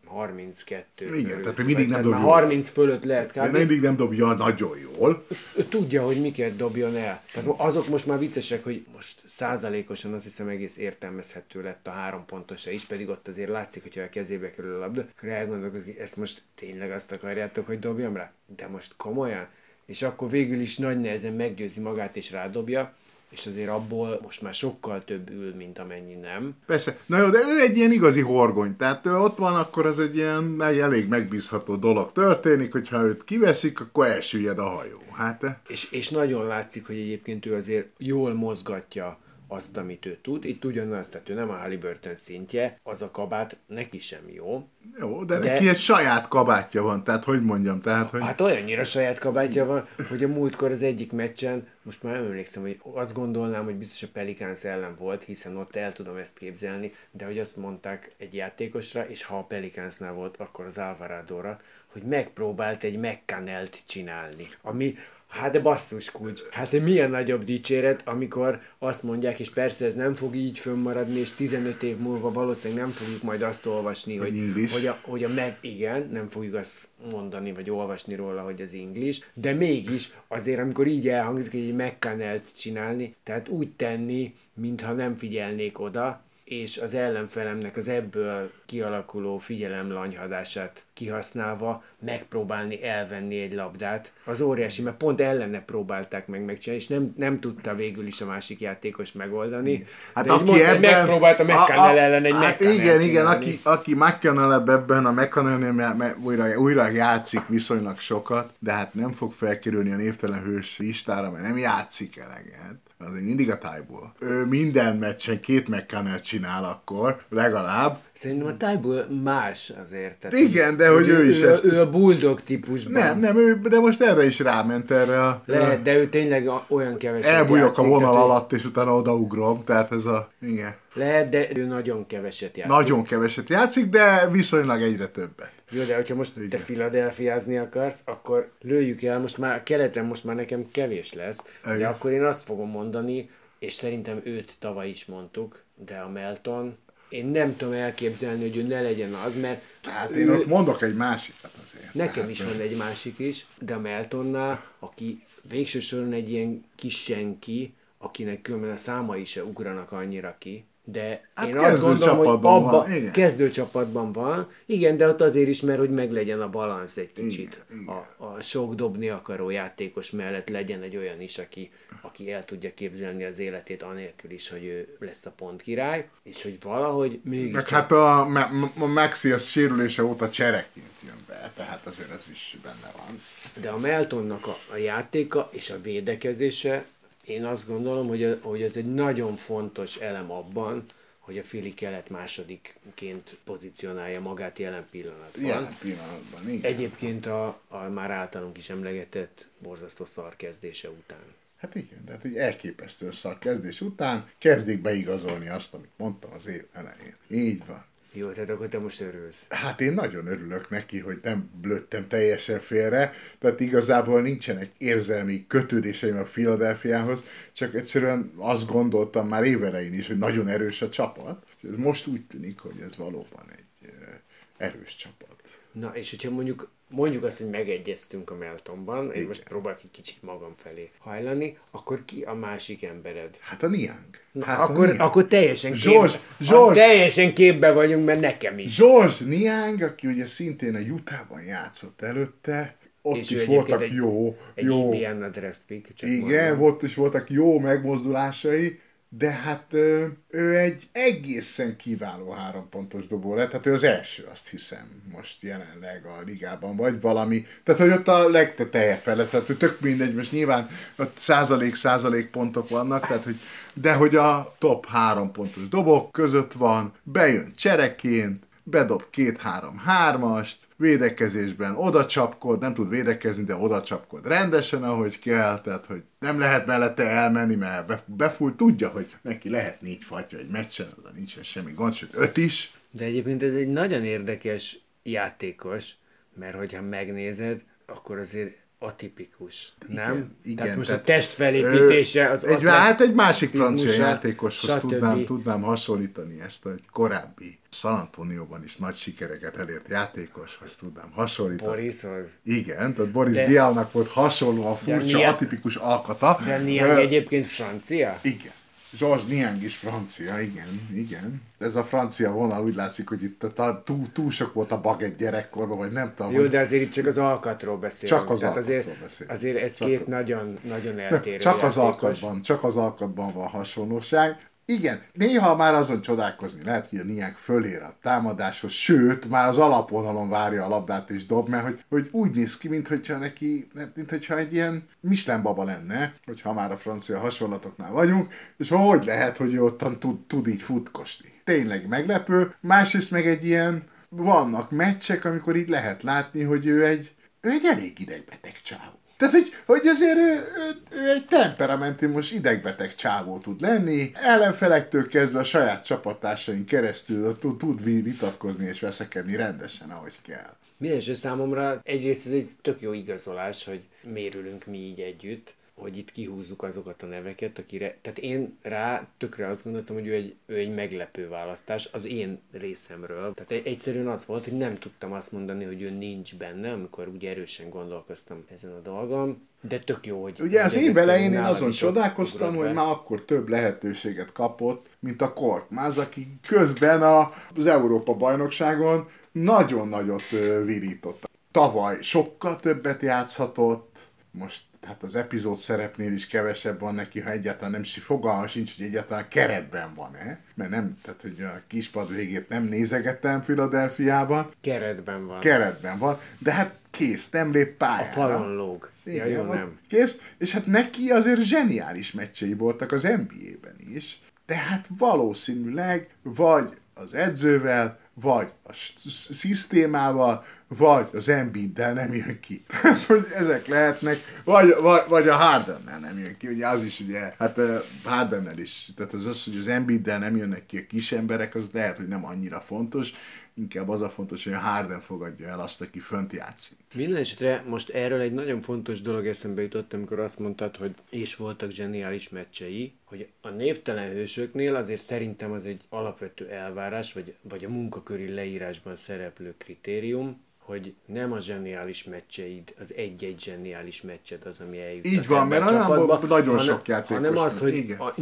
32. Igen, tehát mindig nem dob jól. 30 fölött lehet kb. De mindig nem dobja nagyon jól. Ő tudja, hogy miket dobjon el. Tehát azok most már viccesek, hogy most százalékosan azt hiszem egész értelmezhető lett a 3 pontosa is, pedig ott azért látszik, hogyha a kezébe kerül a labda, akkor elgondolkodok, hogy ezt most tényleg azt akarjátok, hogy dobjam rá? De most komolyan? És akkor végül is nagy nehezen meggyőzi magát és rádobja, és azért abból most már sokkal több ül, mint amennyi nem. Persze. Na jó, de ő egy ilyen igazi horgony. Tehát ő ott van, akkor az egy ilyen elég megbízható dolog történik, hogyha őt kiveszik, akkor elsüllyed a hajó. Hát, és nagyon látszik, hogy egyébként ő azért jól mozgatja azt, amit ő tud. Itt ugyanaz, tehát ő nem a Halliburton szintje, az a kabát neki sem jó. Jó, de neki egy saját kabátja van, tehát hogy mondjam, tehát hogy... Hát olyannyira saját kabátja van, hogy a múltkor az egyik meccsen, most már nem emlékszem, hogy azt gondolnám, hogy biztos a Pelicans ellen volt, hiszen ott el tudom ezt képzelni, de hogy azt mondták egy játékosra, és ha a Pelicansnál volt, akkor az Alvaradóra, hogy megpróbált egy McCannelt csinálni, ami hát de basszus kulcs. Hát milyen nagyobb dicséret, amikor azt mondják, és persze ez nem fog így fönnmaradni, és 15 év múlva valószínűleg nem fogjuk majd azt olvasni, hogy a igen, nem fogjuk azt mondani, vagy olvasni róla, hogy az English, de mégis azért, amikor így elhangzik, hogy egy McCannelt csinálni, tehát úgy tenni, mintha nem figyelnék oda, és az ellenfelemnek az ebből kialakuló figyelemlanyhadását kihasználva megpróbálni elvenni egy labdát. Az óriási, mert pont ellene próbálták megcsinálni, és nem tudta végül is a másik játékos megoldani. Hát de aki ebben, megpróbálta McCannell ellen egy McCannell igen, aki McCannell ebben a McCannellnél újra játszik viszonylag sokat, de hát nem fog felkerülni a névtelen hős listára, mert nem játszik eleget. Azért mindig a tájból. Ő minden meccsen 2 McCannell csinál akkor, legalább. Szerintem a tájból más azért. Tehát igen, de hogy ő is ezt... Ő a bulldog típusban. Nem, de most erre is ráment erre a... Lehet, de ő tényleg olyan keveset elbújok a vonal alatt, és utána odaugrom, tehát ez a... Igen. Lehet, de ő nagyon keveset játszik. Nagyon keveset játszik, de viszonylag egyre többet. Jó, de hogyha most te Philadelphiázni akarsz, akkor lőjük el, most már keleten most már nekem kevés lesz, igen. De akkor én azt fogom mondani, és szerintem őt tavaly is mondtuk, de a Melton, én nem tudom elképzelni, hogy ő ne legyen az, mert... Hát én ott mondok egy másikat azért. Nekem is van egy másik is, de a Meltonnál, aki végső soron egy ilyen kis senki, akinek különben a számai se ugranak annyira ki, de hát én azt gondolom, hogy abban kezdőcsapatban van, igen, de ott azért is, mert hogy meglegyen a balansz egy kicsit. Igen. A sok dobni akaró játékos mellett legyen egy olyan is, aki el tudja képzelni az életét anélkül is, hogy ő lesz a pontkirály, és hogy valahogy mégis... Meg hát a Maxi az sérülése óta csereként jön be, tehát azért ez is benne van. De a Meltonnak a játéka és a védekezése, én azt gondolom, hogy ez egy nagyon fontos elem abban, hogy a Philly kelet másodikként pozícionálja magát jelen pillanatban. Igen. Egyébként a már általunk is emlegetett borzasztó szar kezdése után. Hát igen, tehát egy elképesztő szar kezdés után kezdik beigazolni azt, amit mondtam az év elején. Így van. Jó, tehát akkor te most örülsz. Hát én nagyon örülök neki, hogy nem lőttem teljesen félre, tehát igazából nincsenek érzelmi kötődéseim a Philadelphiához, csak egyszerűen azt gondoltam már évelején is, hogy nagyon erős a csapat, és ez most úgy tűnik, hogy ez valóban egy erős csapat. Na, és hogyha mondjuk azt, hogy megegyeztünk a Meltonban, én most próbálok egy kicsit magam felé hajlani, akkor ki a másik embered? Hát a Niang. Hát akkor teljesen képbe vagyunk, mert nekem is. George Niang, aki ugye szintén a Utahban játszott előtte, ott és is voltak jó Indiana draft pick. Igen, ott is voltak jó megmozdulásai, de hát ő egy egészen kiváló 3 pontos dobó lett, hát ő az első, azt hiszem, most jelenleg a ligában, vagy valami, tehát hogy ott a legteteje felett, tehát hogy tök mindegy, most nyilván ott százalék pontok vannak, tehát hogy, de hogy a top 3 pontos dobók között van, bejön csereként, bedob 2-3-3-ast, védekezésben odacsapkod, nem tud védekezni, de odacsapkod rendesen, ahogy kell, tehát hogy nem lehet mellette elmenni, mert befújt, tudja, hogy neki lehet 4 fatja egy meccsen, oda nincsen semmi gond, sőt 5 is. De egyébként ez egy nagyon érdekes játékos, mert hogyha megnézed, akkor azért atipikus, nem? Igen, tehát most a testfelépítése az egy másik francia játékoshoz tudnám hasonlítani ezt egy korábbi San Antonióban is nagy sikereket elért játékoshoz tudnám hasonlítani. Borishoz? Igen, tehát Boris Diawnak volt hasonlóan furcsa, atipikus alkata. De Niang egyébként francia? Igen. George Niang is francia, igen. Ez a francia vonal úgy látszik, hogy itt túl sok volt a bagett gyerekkorban, vagy nem tudom. Jó, de azért itt csak az alkatról beszélünk. Csak az alkatról beszélünk. Azért ez két nagyon eltérő csak az alkatban van hasonlóság. Igen, néha már azon csodálkozni lehet, hogy a Niang fölér a támadáshoz, sőt, már az alapvonalon várja a labdát és dob, mert hogy úgy néz ki, mintha egy ilyen Michelin baba lenne, hogyha már a francia hasonlatoknál vagyunk, és hogy lehet, hogy ő ottan tud így futkosni. Tényleg meglepő, másrészt meg egy ilyen, vannak meccsek, amikor így lehet látni, hogy ő egy elég idegbeteg csávó. Tehát, hogy azért ő egy temperamentumos idegbeteg csávó tud lenni, ellenfelektől kezdve a saját csapattársain keresztül tud vitatkozni és veszekedni rendesen, ahogy kell. Mindenesetre számomra egyrészt ez egy tök jó igazolás, hogy mérülünk mi így együtt, hogy itt kihúzzuk azokat a neveket, akire... Tehát én rá tökre azt gondoltam, hogy ő egy meglepő választás az én részemről. Tehát egyszerűen az volt, hogy nem tudtam azt mondani, hogy ő nincs benne, amikor úgy erősen gondolkoztam ezen a dolgon. De tök jó, hogy... Ugye az év elején én azon csodálkoztam, hogy be. már akkor több lehetőséget kapott, mint a Korkmaz, aki közben az Európa-bajnokságon nagyon nagyot virított. Tavaly sokkal többet játszhatott, most hát az epizód szerepnél is kevesebb van neki, ha egyáltalán nem fogalma sincs, hogy egyáltalán keretben van-e, mert nem, tehát hogy a kispad végét nem nézegettem Philadelphiában. Keretben van, de hát kész, nem lép pályára. A falon lóg. Igen, ja, jó, nem. Kész, és hát neki azért zseniális meccsei voltak az NBA-ben is, tehát valószínűleg vagy az edzővel, vagy a szisztémával, vagy az Embiiddel nem jön ki. Hogy ezek lehetnek, vagy a Hardennel nem jön ki. Ugye az is, ugye, hát Hardennel is. Tehát az, hogy az Embiiddel nem jönnek ki a kis emberek, az lehet, hogy nem annyira fontos. Inkább az a fontos, hogy a Harden fogadja el azt, aki fönt játszik. Minden esetre most erről egy nagyon fontos dolog eszembe jutott, amikor azt mondtad, hogy és voltak zseniális meccsei, hogy a névtelen hősöknél azért szerintem az egy alapvető elvárás, vagy a munkaköri leírásban szereplő kritérium, hogy nem a zseniális meccseid, az egy-egy zseniális meccsed az, ami eljut így van, mert olyanban nagyon sok játékos. Hanem az, hogy igen, a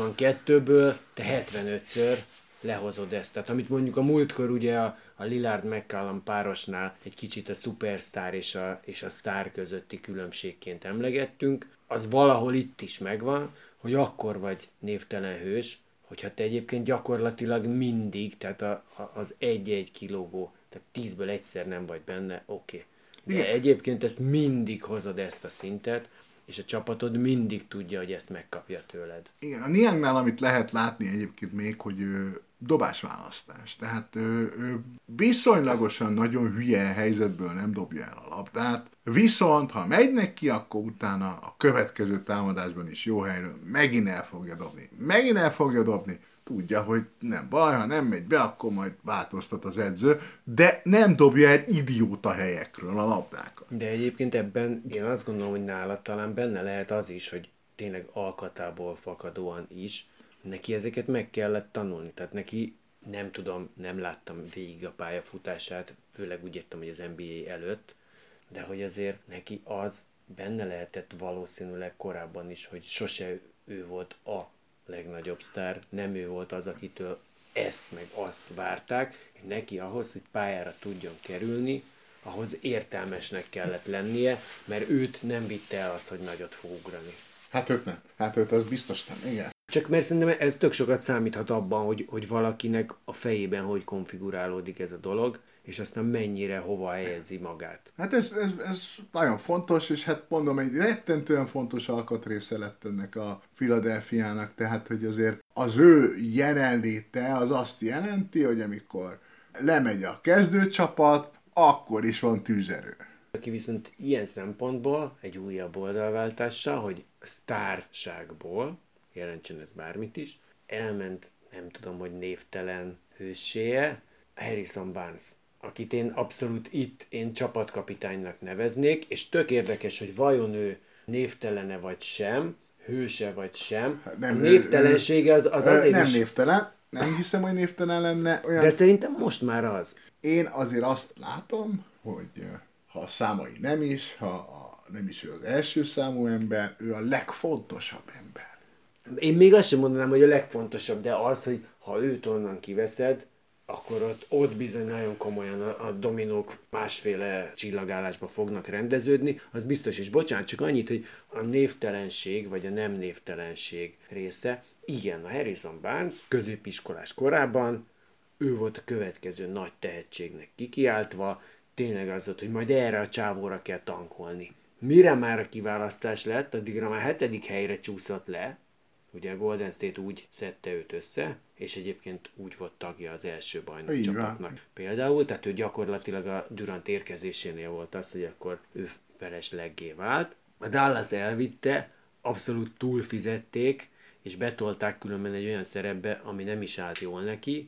82-ből te 75-ször lehozod ezt. Tehát amit mondjuk a múltkor ugye a Lillard-McCallum párosnál egy kicsit a szupersztár és a sztár közötti különbségként emlegettünk, az valahol itt is megvan, hogy akkor vagy névtelen hős, hogyha te egyébként gyakorlatilag mindig, tehát az egy-egy kilógó, tehát 10-ből egyszer nem vagy benne, oké. De egyébként ezt mindig hozod ezt a szintet, és a csapatod mindig tudja, hogy ezt megkapja tőled. Igen, a Niangnál, amit lehet látni egyébként még, hogy dobásválasztás. Tehát ő viszonylagosan nagyon hülye helyzetből nem dobja el a labdát, viszont ha megy neki, akkor utána a következő támadásban is jó helyről megint el fogja dobni. Tudja, hogy nem baj, ha nem megy be, akkor majd változtat az edző, de nem dobja el idióta helyekről a labdákat. De egyébként ebben én azt gondolom, hogy nála talán benne lehet az is, hogy tényleg alkatából fakadóan is, neki ezeket meg kellett tanulni. Tehát neki, nem tudom, nem láttam végig a pályafutását, főleg úgy értem, hogy az NBA előtt, de hogy azért neki az benne lehetett valószínűleg korábban is, hogy sose ő volt a legnagyobb sztár, nem ő volt az, akitől ezt meg azt várták, és neki ahhoz, hogy pályára tudjon kerülni, ahhoz értelmesnek kellett lennie, mert őt nem vitte el az, hogy nagyot fog ugrani. Hát őt nem. Hát őt az biztos nem, igen. Csak mert szerintem ez tök sokat számíthat abban, hogy valakinek a fejében hogy konfigurálódik ez a dolog, és aztán mennyire hova helyezi magát. Hát ez nagyon fontos, és hát mondom, egy rettentően fontos alkatrésze lett ennek a Philadelphiának, tehát hogy azért az ő jelenléte az azt jelenti, hogy amikor lemegy a kezdőcsapat, akkor is van tűzerő. Aki viszont ilyen szempontból egy újabb oldalváltással, hogy sztárságból, jelentsen ez bármit is, elment, nem tudom, hogy névtelen hősséje, Harrison Barnes, akit én abszolút én csapatkapitánynak neveznék, és tök érdekes, hogy vajon ő névtelene vagy sem, hőse vagy sem. Nem, a névtelensége az azért nem is... névtelen, nem hiszem, hogy névtelen lenne. Olyan... De szerintem most már az. Én azért azt látom, hogy ha a számai nem is, nem is ő az első számú ember, ő a legfontosabb ember. Én még azt sem mondanám, hogy a legfontosabb, de az, hogy ha őt onnan kiveszed, akkor ott bizony nagyon komolyan a dominók másféle csillagállásba fognak rendeződni, az biztos is. Bocsánat, csak annyit, hogy a névtelenség, vagy a nem névtelenség része, igen, a Harrison Barnes középiskolás korában, ő volt a következő nagy tehetségnek kikiáltva, tényleg az volt, hogy majd erre a csávóra kell tankolni. Mire már a kiválasztás lett, addigra már 7. helyre csúszott le, ugye a Golden State úgy szedte őt össze, és egyébként úgy volt tagja az első bajnok csapatnak. Például, tehát ő gyakorlatilag a Durant érkezésénél volt az, hogy akkor ő felesleggé vált. A Dallas elvitte, abszolút túlfizették, és betolták különben egy olyan szerepbe, ami nem is állt jól neki,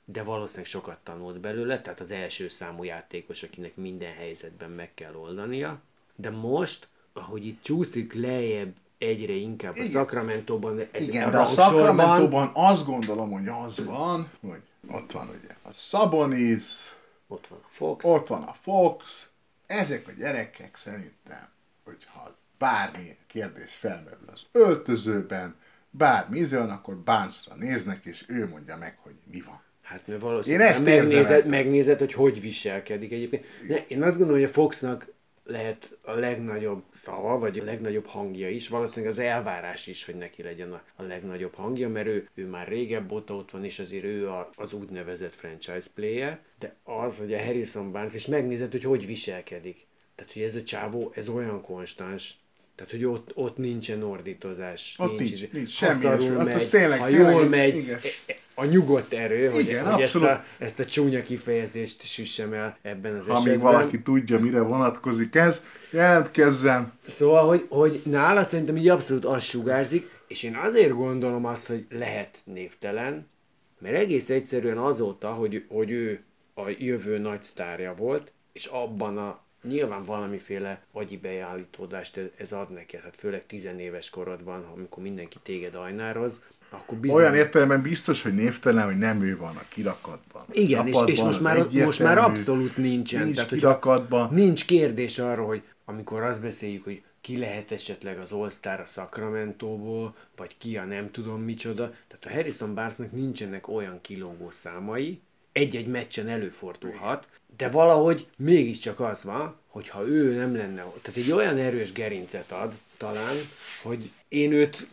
de valószínűleg sokat tanult belőle, tehát az első számú játékos, akinek minden helyzetben meg kell oldania. De most, ahogy itt csúszik lejjebb egyre inkább a Sacramentóban, Igen, de a Sacramentóban azt gondolom, hogy az van, hogy ott van ugye a Sabonis, ott van a Fox. ott van a Fox, ezek a gyerekek szerintem, hogyha bármi kérdés felmerül az öltözőben, bármi van, akkor Barnesra néznek, és ő mondja meg, hogy mi van. Hát mert valószínűleg megnézed, hogy viselkedik egyébként. Én azt gondolom, hogy a Foxnak lehet a legnagyobb szava, vagy a legnagyobb hangja is, valószínűleg az elvárás is, hogy neki legyen a legnagyobb hangja, mert ő már régebb óta ott van, és azért ő az úgynevezett franchise player, de az, hogy a Harrison Barnes, és megnézed, hogy viselkedik. Tehát, hogy ez a csávó, ez olyan konstans, tehát, hogy ott nincsen ordítozás. Ott nincs semmi. Ha jól megy, a nyugodt erő, igen, hogy ezt a csúnya kifejezést süssem el ebben az esetben. Amíg valaki tudja, mire vonatkozik ez, jelentkezzen. Szóval, hogy nála szerintem így abszolút az sugárzik, és én azért gondolom azt, hogy lehet névtelen, mert egész egyszerűen azóta, hogy ő a jövő nagy sztárja volt, és abban nyilván valamiféle agyi beállítódást ez ad neked, hát főleg 10 éves korodban, amikor mindenki téged ajnároz, akkor bizony... Olyan értelemben biztos, hogy névtelen, hogy nem ő van a kirakatban. Igen, és most már abszolút nincsen. Nincs tehát, kirakatban. Nincs kérdés arra, hogy amikor azt beszéljük, hogy ki lehet esetleg az All-Star a Sacramentóból, vagy ki a nem tudom micsoda, tehát a Harrison Barnesnak nincsenek olyan kilógó számai, egy-egy meccsen előfordulhat, de valahogy mégiscsak az van, hogyha ő nem lenne, tehát egy olyan erős gerincet ad talán, hogy én őt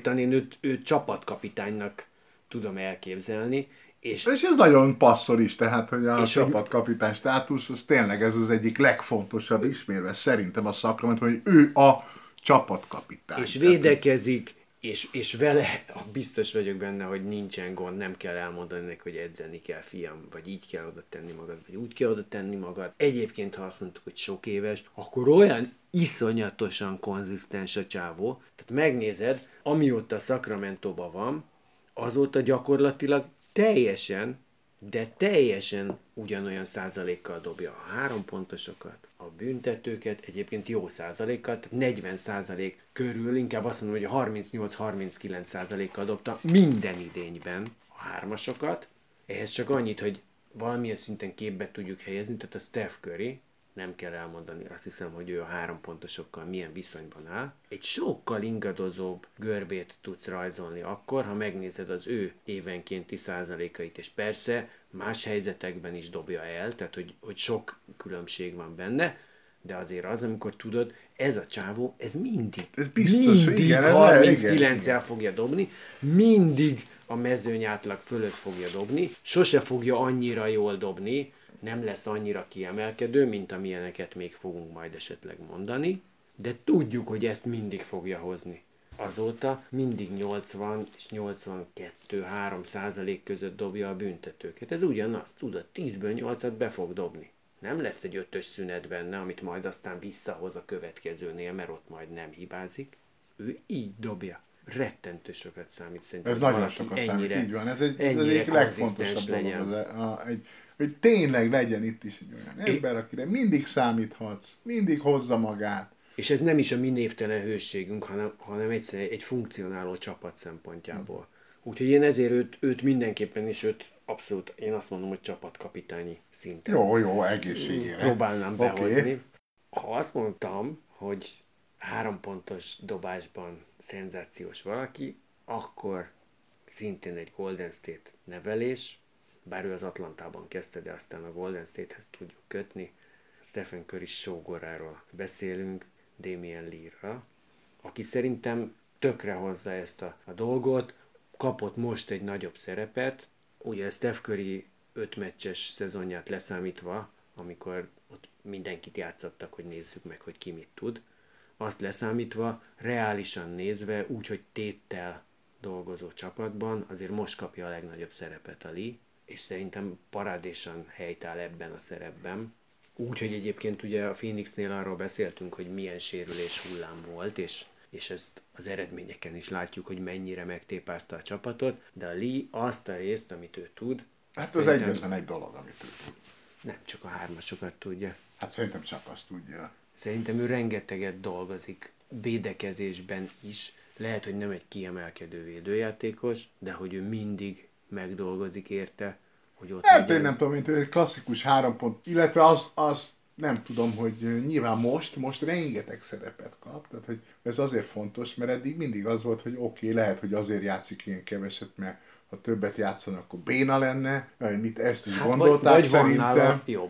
csapatkapitánynak tudom elképzelni, és ez nagyon passzol is, tehát hogy a csapatkapitány státusz, az tényleg ez az egyik legfontosabb ismérve szerintem a Sacramento, hogy ő a csapatkapitány. És védekezik, és vele biztos vagyok benne, hogy nincsen gond, nem kell elmondani neki, hogy edzeni kell, fiam, vagy így kell oda tenni magad, vagy úgy kell oda tenni magad. Egyébként, ha azt mondtuk, hogy sok éves, akkor olyan iszonyatosan konzisztens a csávó. Tehát megnézed, amióta a Sacramentóban van, azóta gyakorlatilag teljesen ugyanolyan százalékkal dobja a 3 pontosokat, a büntetőket, egyébként jó százalékkal, tehát 40% körül, inkább azt mondom, hogy 38-39%-kal dobta minden idényben a 3-asokat. Ehhez csak annyit, hogy valamilyen szinten képbe tudjuk helyezni, tehát a Steph Curry, nem kell elmondani, azt hiszem, hogy ő a 3 pontosokkal milyen viszonyban áll. Egy sokkal ingadozóbb görbét tudsz rajzolni akkor, ha megnézed az ő évenkénti százalékait, és persze más helyzetekben is dobja el, tehát hogy sok különbség van benne, de azért az, amikor tudod, ez a csávó, ez mindig 39-el fogja dobni, mindig a mezőny átlag fölött fogja dobni, sose fogja annyira jól dobni, nem lesz annyira kiemelkedő, mint amilyeneket még fogunk majd esetleg mondani, de tudjuk, hogy ezt mindig fogja hozni. Azóta mindig 80 és 82-3% között dobja a büntetőket. Ez ugyanaz, tudod, 10-ből 8-at be fog dobni. Nem lesz egy 5-ös szünet benne, amit majd aztán visszahoz a következőnél, mert ott majd nem hibázik. Ő így dobja. Rettentő sokat számít szerintem. Ez nagyon sokat számít, így van. Ez egyik legfontosabb dolog. Hogy tényleg legyen itt is egy olyan ember, akire mindig számíthatsz, mindig hozza magát. És ez nem is a mi névtelen hősségünk, hanem egyszerűen egy funkcionáló csapat szempontjából. Úgyhogy én ezért őt mindenképpen, és őt abszolút, én azt mondom, hogy csapatkapitányi szinten. Jó, egészségére. Próbálnám behozni. Ha azt mondtam, hogy 3 pontos dobásban szenzációs valaki, akkor szintén egy Golden State nevelés, bár ő az Atlantában kezdte, de aztán a Golden State-hez tudjuk kötni. Stephen Curry sógoráról beszélünk, Damian Lillard, aki szerintem tökre hozza ezt a dolgot, kapott most egy nagyobb szerepet, ugye Steph Curry 5 meccses szezonját leszámítva, amikor ott mindenkit játszottak, hogy nézzük meg, hogy ki mit tud, azt leszámítva, reálisan nézve, úgy, hogy téttel dolgozó csapatban, azért most kapja a legnagyobb szerepet a Lee, és szerintem parádésan helytáll ebben a szerepben. Úgyhogy egyébként ugye a Phoenixnél arról beszéltünk, hogy milyen sérülés hullám volt, és ezt az eredményeken is látjuk, hogy mennyire megtépázta a csapatot, de a Lee azt a részt, amit ő tud, Hát az egyetlen egy dolog, amit ő tud. Nem csak a hármasokat tudja. Hát szerintem csak azt tudja. Szerintem ő rengeteget dolgozik védekezésben is. Lehet, hogy nem egy kiemelkedő védőjátékos, de hogy ő mindig megdolgozik érte, hogy ott Hát legyen. én nem tudom, mint egy klasszikus 3 pont, illetve azt nem tudom, hogy nyilván most rengeteg szerepet kap, tehát hogy ez azért fontos, mert eddig mindig az volt, hogy oké, lehet, hogy azért játszik ilyen keveset, mert ha többet játszanak, akkor béna lenne, mit ezt is Hát gondolták vagy van szerintem. nála jobb.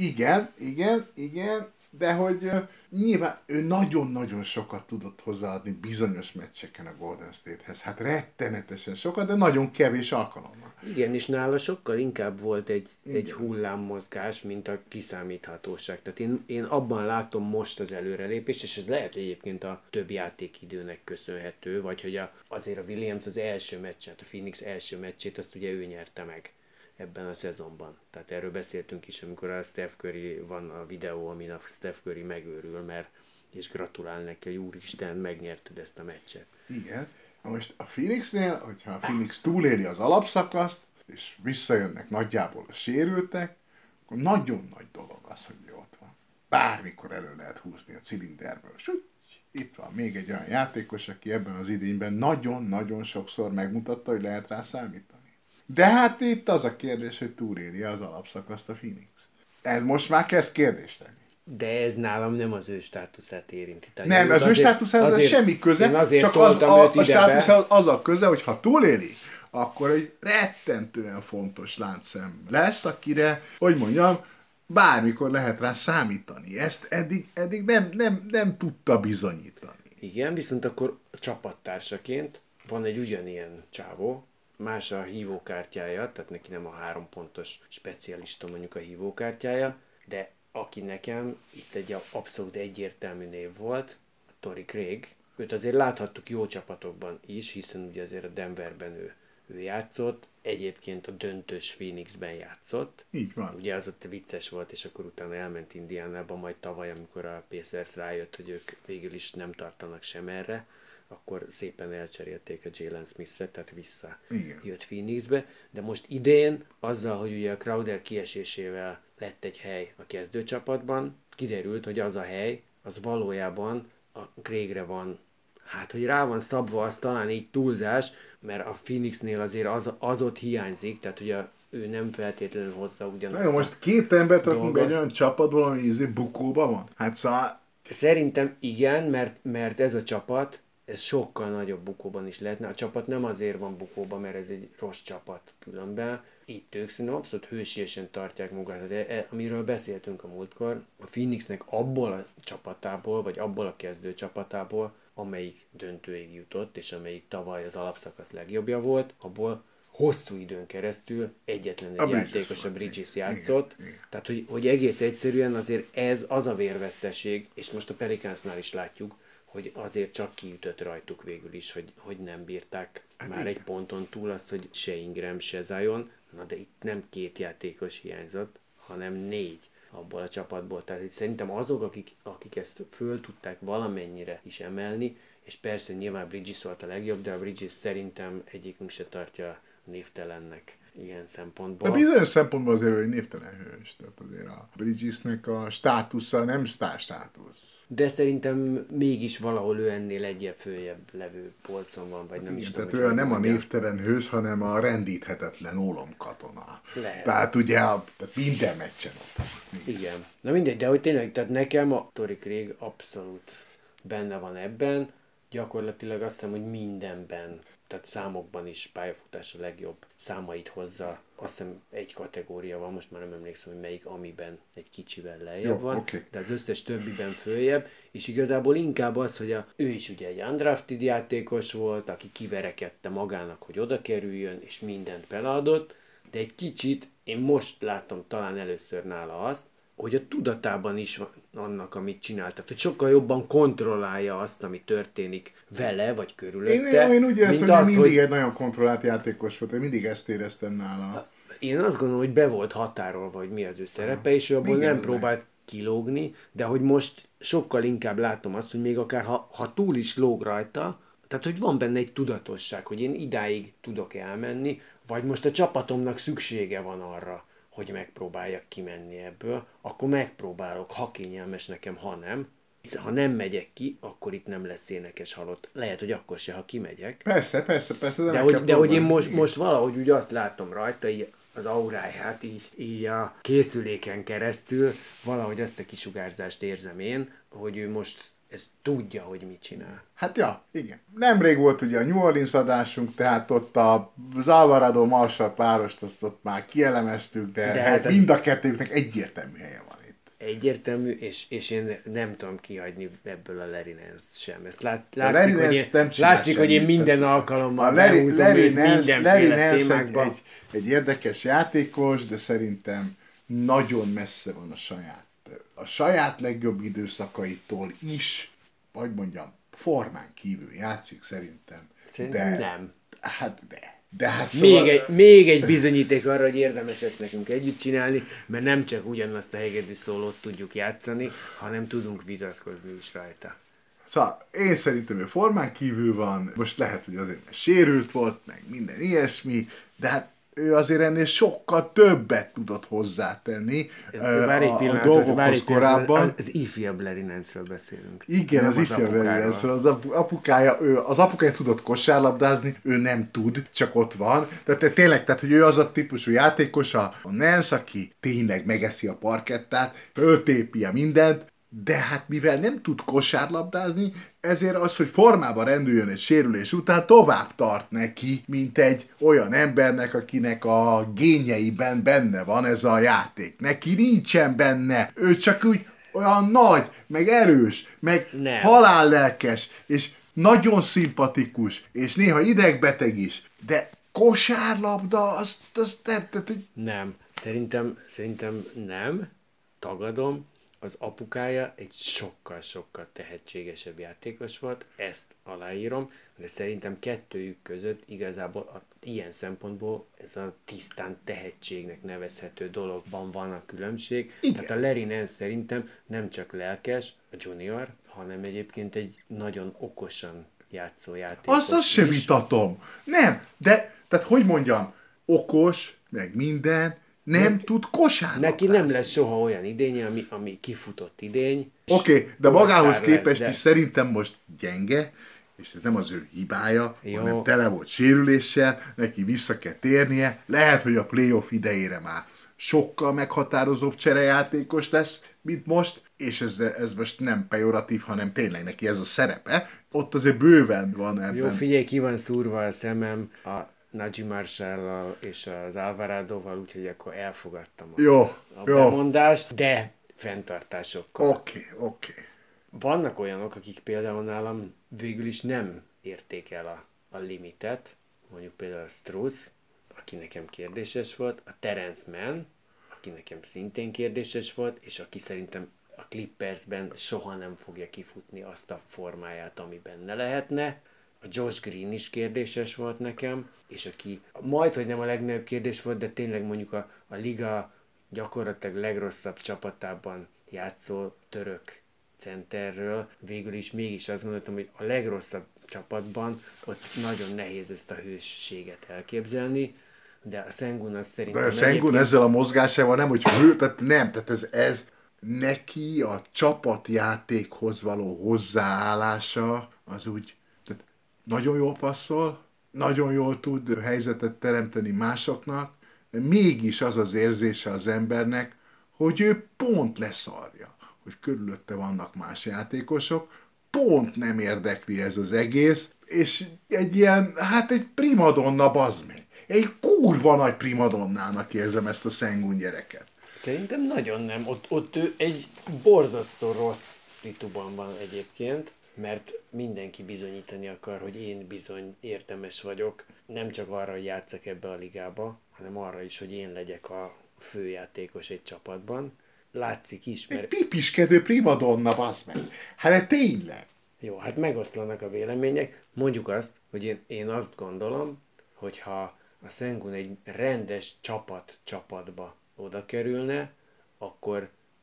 Igen, de hogy nyilván ő nagyon-nagyon sokat tudott hozzáadni bizonyos meccseken a Golden State-hez. Hát rettenetesen sokat, de nagyon kevés alkalommal. Igen, és nála sokkal inkább volt egy hullámmozgás, mint a kiszámíthatóság. Tehát én abban látom most az előrelépést, és ez lehet, hogy egyébként a több játékidőnek köszönhető, vagy hogy azért a Williams az első meccset, a Phoenix első meccsét, azt ugye ő nyerte meg ebben a szezonban. Tehát erről beszéltünk is, amikor a Steph Curry van a videó, amin a Steph Curry megőrül, és gratulál neki, hogy úristen, megnyerted ezt a meccset. Igen. Na most a Phoenixnél, hogyha a Phoenix túléli az alapszakaszt, és visszajönnek nagyjából a sérültek, akkor nagyon nagy dolog az, hogy ő ott van. Bármikor elő lehet húzni a cilinderből. És úgy, itt van még egy olyan játékos, aki ebben az idényben nagyon-nagyon sokszor megmutatta, hogy lehet rá számítani. De hát itt az a kérdés, hogy túléli az alapszakaszt a Phoenix. Ez most már kezd kérdést tenni. De ez nálam nem az ő státuszát érinti. Tehát Nem, az ő státuszához semmi köze, csak a státuszához az a köze, hogy ha túléli, akkor egy rettentően fontos láncszem lesz, akire, hogy mondjam, bármikor lehet rá számítani. Ezt eddig nem tudta bizonyítani. Igen, viszont akkor csapattársaként van egy ugyanilyen csávó, más a hívókártyája, tehát neki nem a 3 pontos specialista mondjuk a hívókártyája, de aki nekem itt egy abszolút egyértelmű név volt, Torrey Craig. Őt azért láthattuk jó csapatokban is, hiszen ugye azért a Denverben ő játszott, egyébként a döntős Phoenixben játszott. Így van. Ugye az ott vicces volt, és akkor utána elment Indianába, majd tavaly, amikor a Pacers rájött, hogy ők végül is nem tartanak sem erre, akkor szépen elcserélték a Jalen Smith-et, tehát visszajött Phoenixbe, de most idén, azzal, hogy ugye a Crowder kiesésével lett egy hely a kezdőcsapatban, kiderült, hogy az a hely, az valójában a Craigre van, hát hogy rá van szabva, az talán így túlzás, mert a Phoenixnél azért az ott hiányzik, tehát ugye ő nem feltétlenül hozza ugyanazt. Na jó, most 2 embert rakunk egy olyan csapatból, ami bukóban van. Hát szóval... Szerintem igen, mert ez a csapat, ez sokkal nagyobb bukóban is lehetne. A csapat nem azért van bukóban, mert ez egy rossz csapat különben. Itt ők szerintem abszolút hősiesen tartják magukat. De amiről beszéltünk a múltkor, a Phoenixnek abból a csapatából, vagy abból a kezdő csapatából, amelyik döntőig jutott, és amelyik tavaly az alapszakasz legjobbja volt, abból hosszú időn keresztül egyetlen egy játékos, a Bridges játszott. Igen. Tehát, hogy egész egyszerűen azért ez az a vérveszteség, és most a Pelicansnál is látjuk, hogy azért csak kiütött rajtuk végül is, hogy nem bírták már egy ponton túl azt, hogy se Ingram, se Zion, na de itt nem 2 játékos hiányzott, hanem 4 abból a csapatból. Tehát itt szerintem azok, akik ezt föl tudták valamennyire is emelni, és persze nyilván Bridges volt a legjobb, de a Bridges szerintem egyikünk se tartja névtelennek ilyen szempontból. De bizonyos szempontból azért egy névtelen hős, tehát azért a Bridgesnek a státusza nem státusz. De szerintem mégis valahol ő ennél egyel följebb levő polcon van, vagy nem is tudom. Tehát ő nem a névtelen hős, hanem a rendíthetetlen ólomkatona. Lehet. Tehát ugye tehát minden meccsen ott. Igen. Na mindegy, de hogy tényleg, tehát nekem a Torrey Craig abszolút benne van ebben, gyakorlatilag azt hiszem, hogy mindenben, tehát számokban is pályafutás a legjobb számait hozza. Azt hiszem egy kategória van, most már nem emlékszem, hogy melyik, amiben egy kicsivel lejjebb van, de az összes többiben följebb, és igazából inkább az, hogy ő is ugye egy undrafted játékos volt, aki kiverekedte magának, hogy oda kerüljön, és mindent beleadott, de egy kicsit én most láttam talán először nála azt, hogy a tudatában is van annak, amit csinál. Tehát, hogy sokkal jobban kontrollálja azt, ami történik vele, vagy körülötte. Én úgy éreztem, hogy mindig egy nagyon kontrollált játékos volt, én mindig ezt éreztem nála. Én azt gondolom, hogy be volt határolva, hogy mi az ő szerepe, és ő abból nem próbált kilógni, de hogy most sokkal inkább látom azt, hogy még akár ha túl is lóg rajta, Tehát, hogy van benne egy tudatosság, hogy én idáig tudok elmenni, vagy most a csapatomnak szüksége van arra, hogy megpróbáljak kimenni ebből, akkor megpróbálok, ha kényelmes nekem, ha nem. Ha nem megyek ki, akkor itt nem lesz énekes halott. Lehet, hogy akkor se, ha kimegyek. Persze, De hogy én most valahogy úgy azt látom rajta, így az auráját, így a készüléken keresztül, valahogy azt a kisugárzást érzem én, hogy ő most ezt tudja, hogy mit csinál. Hát ja, igen. Nemrég volt ugye a New Orleans adásunk, tehát ott az Alvarado Marshall párost azt ott már kielemeztük, de hát hát mind a kettőknek egyértelmű helye van itt. Egyértelmű, és én nem tudom kihagyni ebből a Larry Nance-t sem. Ezt Larry látszik, hogy én minden alkalommal behúzom őt mindenféle témákban. Egy érdekes játékos, de szerintem nagyon messze van a saját legjobb időszakaitól is, vagy mondjam, formán kívül játszik szerintem. Szerintem nem. De hát szóval... Még egy bizonyíték arra, hogy érdemes ezt nekünk együtt csinálni, mert nem csak ugyanazt a hegedű szólót tudjuk játszani, hanem tudunk vitatkozni is rajta. Szóval én szerintem ő formán kívül van, most lehet, hogy azért mert sérült volt, meg minden ilyesmi, de hát ő azért ennél sokkal többet tudott hozzátenni a dolgokhoz korábban. Az ifjabb Larry Nance-ről beszélünk. Igen, az ifjabb Larry Nance-ről. Az apukája tudott kosárlabdázni, ő nem tud, csak ott van. Tehát tényleg, hogy ő az a típusú játékos, a Nance, aki tényleg megeszi a parkettát, föltépi a mindent, de hát mivel nem tud kosárlabdázni, ezért az, hogy formában rendüljön egy sérülés után, tovább tart neki, mint egy olyan embernek, akinek a génjeiben benne van ez a játék. Neki nincsen benne, ő csak úgy olyan nagy, meg erős, meg halállelkes, és nagyon szimpatikus, és néha idegbeteg is, de kosárlabda, azt nem. Nem, szerintem nem, tagadom. Az apukája egy sokkal-sokkal tehetségesebb játékos volt, ezt aláírom, de szerintem kettőjük között igazából ilyen szempontból ez a tisztán tehetségnek nevezhető dologban van a különbség. Igen. Tehát a Larry Nance szerintem nem csak lelkes, a junior, hanem egyébként egy nagyon okosan játszó játékos. Azt sem vitatom. Nem, de, tehát hogy mondjam, okos, meg minden, nem tud kosárlabdázni. Neki nem lesz soha olyan idénye, ami kifutott idény. Oké, de magához képest is szerintem most gyenge, és ez nem az ő hibája, hanem tele volt sérüléssel, neki vissza kell térnie, lehet, hogy a playoff idejére már sokkal meghatározóbb cserejátékos lesz, mint most, és ez most nem pejoratív, hanem tényleg neki ez a szerepe. Ott azért bőven van ebben. Jó, figyelj, ki van szúrva a szemem a Najee Marshall-lal és az Alvaradoval, úgyhogy akkor elfogadtam a bemondást, de fenntartásokkal. Oké. Vannak olyanok, akik például nálam végül is nem érték el a limitet, mondjuk például a Strus, aki nekem kérdéses volt, a Terence Mann, aki nekem szintén kérdéses volt, és aki szerintem a Clippersben soha nem fogja kifutni azt a formáját, ami benne lehetne. A Josh Green is kérdéses volt nekem, és aki majdhogy nem a legnagyobb kérdés volt, de tényleg mondjuk a liga gyakorlatilag legrosszabb csapatában játszó török centerről, végül is mégis azt gondoltam, hogy a legrosszabb csapatban ott nagyon nehéz ezt a hősséget elképzelni, de a Sengun az szerintem... De a Sengun ezzel a mozgásával nem, hogy tehát ez neki a csapatjátékhoz való hozzáállása az úgy, tehát nagyon jól passzol, nagyon jól tud helyzetet teremteni másoknak, de mégis az az érzése az embernek, hogy ő pont leszarja, hogy körülötte vannak más játékosok, pont nem érdekli ez az egész, és egy ilyen, egy primadonna, bazd meg. Egy kurva nagy primadonnának érzem ezt a Sengun gyereket. Szerintem nagyon nem. Ott ő egy borzasztó rossz szituban van egyébként, mert mindenki bizonyítani akar, hogy én bizony érdemes vagyok. Nem csak arra, hogy játszak ebbe a ligába, hanem arra is, hogy én legyek a főjátékos egy csapatban. Látszik is, mert... Egy pipiskedő primadonna, bazd meg. De tényleg. Jó, megoszlanak a vélemények. Mondjuk azt, hogy én azt gondolom, hogyha a Sengun egy rendes csapatba oda kerülne, akkor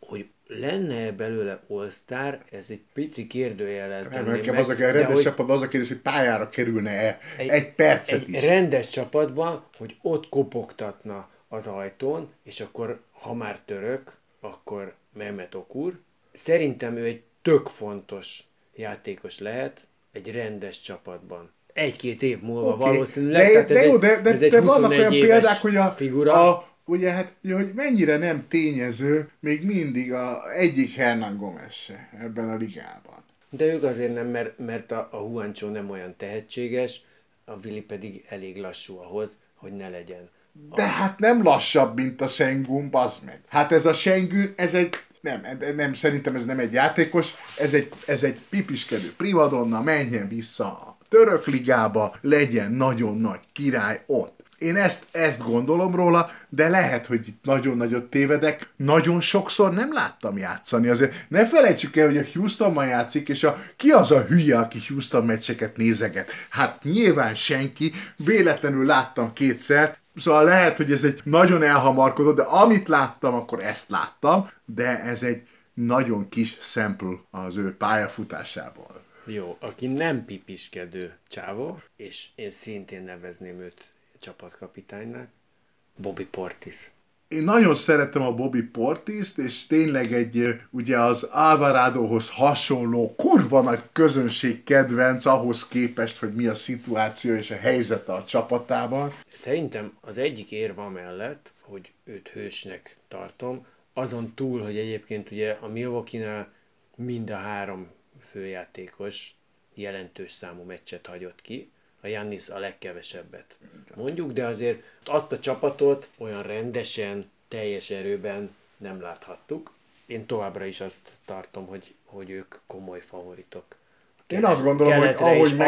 hogy lenne belőle All-Star, ez egy pici kérdőjelet. Nekem az a rendes csapatban az a kérdés, hogy pályára kerülne-e egy percet is. Egy rendes csapatban, hogy ott kopogtatna az ajtón, és akkor, ha már török, akkor Mehmet Okur. Szerintem ő egy tök fontos játékos lehet egy rendes csapatban. 1-2 év múlva valószínűleg. De vannak olyan példák, hogy figura. Ugye hát, hogy mennyire nem tényező még mindig egyik Hernán Gómez se ebben a ligában. De ők azért nem, mert a Juancho nem olyan tehetséges, a Willi pedig elég lassú ahhoz, hogy ne legyen. De hát nem lassabb, mint a Sengun, bazd meg. Hát ez a Sengun, ez egy... Nem, szerintem ez nem egy játékos, ez egy pipiskedő primadonna, menjen vissza a török ligába, legyen nagyon nagy király ott. Én ezt gondolom róla, de lehet, hogy itt nagyon nagyot tévedek. Nagyon sokszor nem láttam játszani. Azért ne felejtsük el, hogy a Houstonban játszik, és ki az a hülye, aki Houston meccseket nézeget? Hát nyilván senki. Véletlenül láttam 2-szer. Szóval lehet, hogy ez egy nagyon elhamarkodott, de amit láttam, akkor ezt láttam. De ez egy nagyon kis sample az ő pályafutásából. Jó, aki nem pipiskedő csávó, és én szintén nevezném őt csapatkapitánynak, Bobby Portis. Én nagyon szeretem a Bobby Portist, és tényleg ugye az Alvaradohoz hasonló kurva nagy közönség kedvenc ahhoz képest, hogy mi a szituáció és a helyzete a csapatában. Szerintem az egyik érv amellett, hogy őt hősnek tartom, azon túl, hogy egyébként ugye a Milwaukee-nál mind a 3 főjátékos jelentős számú meccset hagyott ki, a Giannis a legkevesebbet mondjuk, de azért azt a csapatot olyan rendesen, teljes erőben nem láthattuk. Én továbbra is azt tartom, hogy ők komoly favoritok. Én azt gondolom, hogy ahogy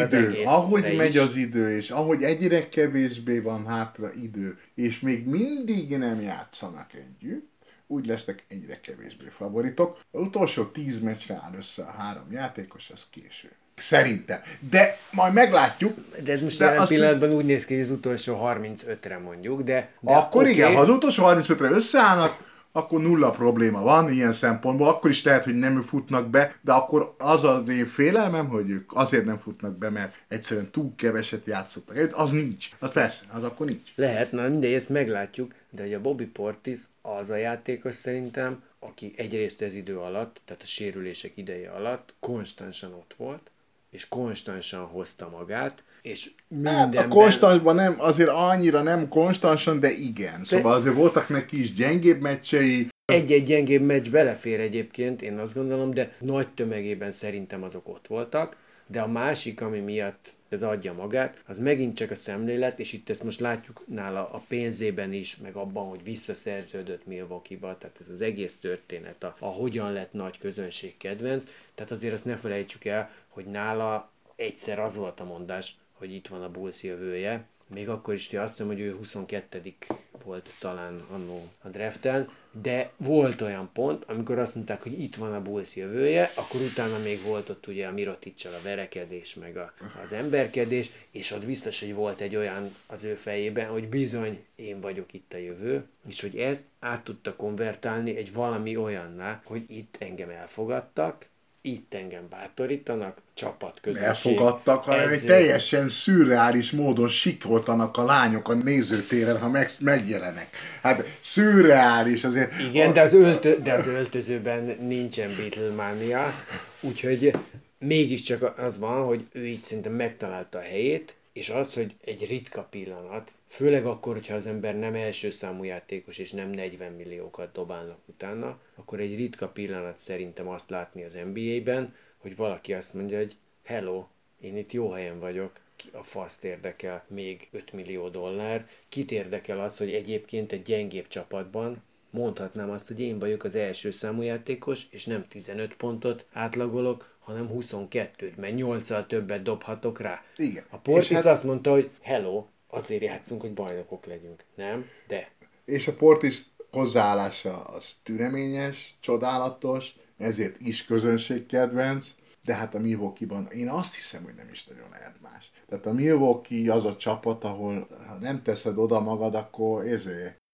megy az idő, és ahogy egyre kevésbé van hátra idő, és még mindig nem játszanak együtt, úgy lesznek egyre kevésbé favoritok. Az utolsó 10 meccsre áll össze a 3 játékos, az késő. Szerintem. De majd meglátjuk. De ez most jelen pillanatban úgy néz ki, hogy az utolsó 35-re mondjuk, de akkor okay. Igen, ha az utolsó 35-re összeállnak, akkor nulla probléma van ilyen szempontból. Akkor is lehet, hogy nem futnak be, de akkor az az én félelmem, hogy ők azért nem futnak be, mert egyszerűen túl keveset játszottak. Az nincs. Az persze, az akkor nincs. Lehet, na mindegy, ezt meglátjuk, de hogy a Bobby Portis az a játékos szerintem, aki egyrészt ez idő alatt, tehát a sérülések ideje alatt konstansan ott volt, és konstansan hozta magát, és mindenben... Hát a konstansban nem, azért annyira nem konstansan, de igen. Szóval azért voltak neki is gyengébb meccsei. Egy-egy gyengébb meccs belefér egyébként, én azt gondolom, de nagy tömegében szerintem azok ott voltak, de a másik, ami miatt ez adja magát, az megint csak a szemlélet, és itt ezt most látjuk nála a pénzében is, meg abban, hogy visszaszerződött Milwaukee-ba, tehát ez az egész történet, a hogyan lett nagy közönség kedvenc, tehát azért azt ne felejtsük el, hogy nála egyszer az volt a mondás, hogy itt van a Bulls jövője, még akkor is, hogy azt hiszem, hogy ő 22. volt talán annó a draften, de volt olyan pont, amikor azt mondták, hogy itt van a Bulls jövője, akkor utána még volt ott ugye a Miroticsal a verekedés, meg az emberkedés, és ott biztos, hogy volt egy olyan az ő fejében, hogy bizony én vagyok itt a jövő, és hogy ezt át tudta konvertálni egy valami olyanná, hogy itt engem elfogadtak, itt engem bátorítanak, csapatközösség. Elfogadtak, hanem egy teljesen szürreális módon sikoltanak a lányok a nézőtéren, ha megjelenek. Hát szürreális azért. Igen, de az öltözőben nincsen Beatlemania, úgyhogy mégiscsak az van, hogy ő így szerintem megtalálta a helyét, és az, hogy egy ritka pillanat, főleg akkor, hogyha az ember nem első számú játékos, és nem 40 milliókat dobálnak utána, akkor egy ritka pillanat szerintem azt látni az NBA-ben, hogy valaki azt mondja, hogy hello, én itt jó helyen vagyok, ki a faszt érdekel még $5 millió, kit érdekel az, hogy egyébként egy gyengébb csapatban mondhatnám azt, hogy én vagyok az első számú játékos, és nem 15 pontot átlagolok, hanem 22-t, mert 8-al többet dobhatok rá. Igen. A Portis azt mondta, hogy hello, azért játszunk, hogy bajnokok legyünk. Nem? De. És a Portis hozzáállása az türeményes, csodálatos, ezért is közönségkedvenc, de hát a Milwaukee-ban én azt hiszem, hogy nem is nagyon lehet más. Tehát a Milwaukee az a csapat, ahol ha nem teszed oda magad, akkor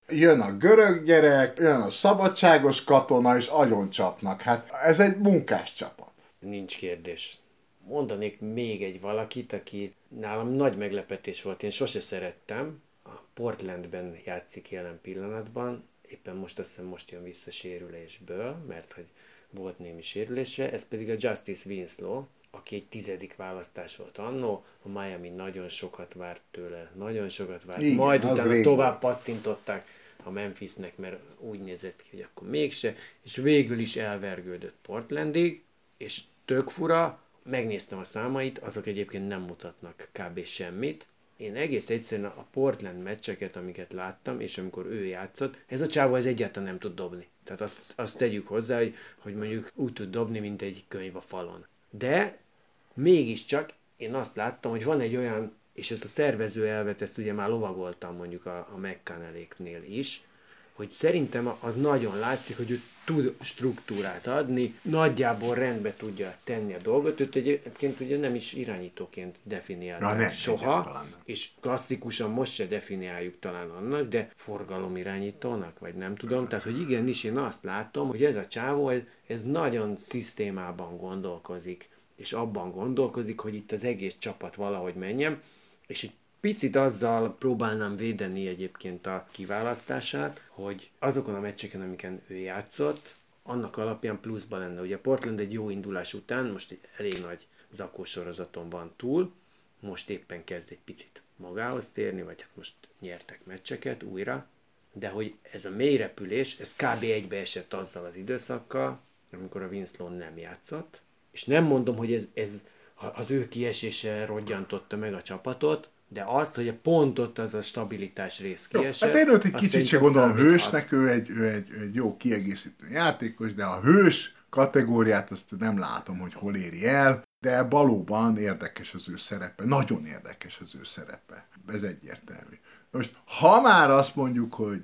jön a görög gyerek, jön a szabadságos katona, és agyoncsapnak. Hát ez egy munkás csapat. Nincs kérdés. Mondanék még egy valakit, aki nálam nagy meglepetés volt. Én sose szerettem. A Portlandben játszik jelen pillanatban. Éppen most azt hiszem most jön vissza sérülésből, mert hogy volt némi sérülése. Ez pedig a Justice Winslow, aki egy 10. választás volt annó. A Miami nagyon sokat várt tőle. Nagyon sokat várt. Igen, majd az utána rég tovább pattintották a Memphisnek, mert úgy nézett ki, hogy akkor mégse. És végül is elvergődött Portlandig, és tök fura, megnéztem a számait, azok egyébként nem mutatnak kb. Semmit. Én egész egyszerűen a Portland meccseket, amiket láttam, és amikor ő játszott, ez a csávó ez egyáltalán nem tud dobni. Tehát azt tegyük hozzá, hogy mondjuk úgy tud dobni, mint egy könyv a falon. De mégiscsak én azt láttam, hogy van egy olyan, és ezt a szervező elvet, ezt ugye már lovagoltam mondjuk a McCanneléknél is, hogy szerintem az nagyon látszik, hogy ő tud struktúrát adni, nagyjából rendbe tudja tenni a dolgot, őt egyébként ugye nem is irányítóként definiálták soha, és klasszikusan most se definiáljuk talán annak, de forgalomirányítónak, vagy nem tudom, tehát hogy igenis én azt látom, hogy ez a csávó, ez nagyon szisztémában gondolkozik, és abban gondolkozik, hogy itt az egész csapat valahogy menjen, és egy picit azzal próbálnám védeni egyébként a kiválasztását, hogy azokon a meccseken, amiken ő játszott, annak alapján pluszban lenne. Ugye Portland egy jó indulás után, most egy elég nagy zakósorozaton van túl, most éppen kezd egy picit magához térni, vagy hát most nyertek meccseket újra, de hogy ez a mély repülés, ez kb. Egybeesett azzal az időszakkal, amikor a Winslow nem játszott, és nem mondom, hogy ez az ő kiesése roggyantotta meg a csapatot, de azt, hogy pont ott az a stabilitás rész kiesett. Hát én őt egy kicsit se gondolom hősnek, ő egy jó kiegészítő játékos, de a hős kategóriát azt nem látom, hogy hol éri el, de valóban érdekes az ő szerepe, nagyon érdekes az ő szerepe. Ez egyértelmű. Most, ha már azt mondjuk, hogy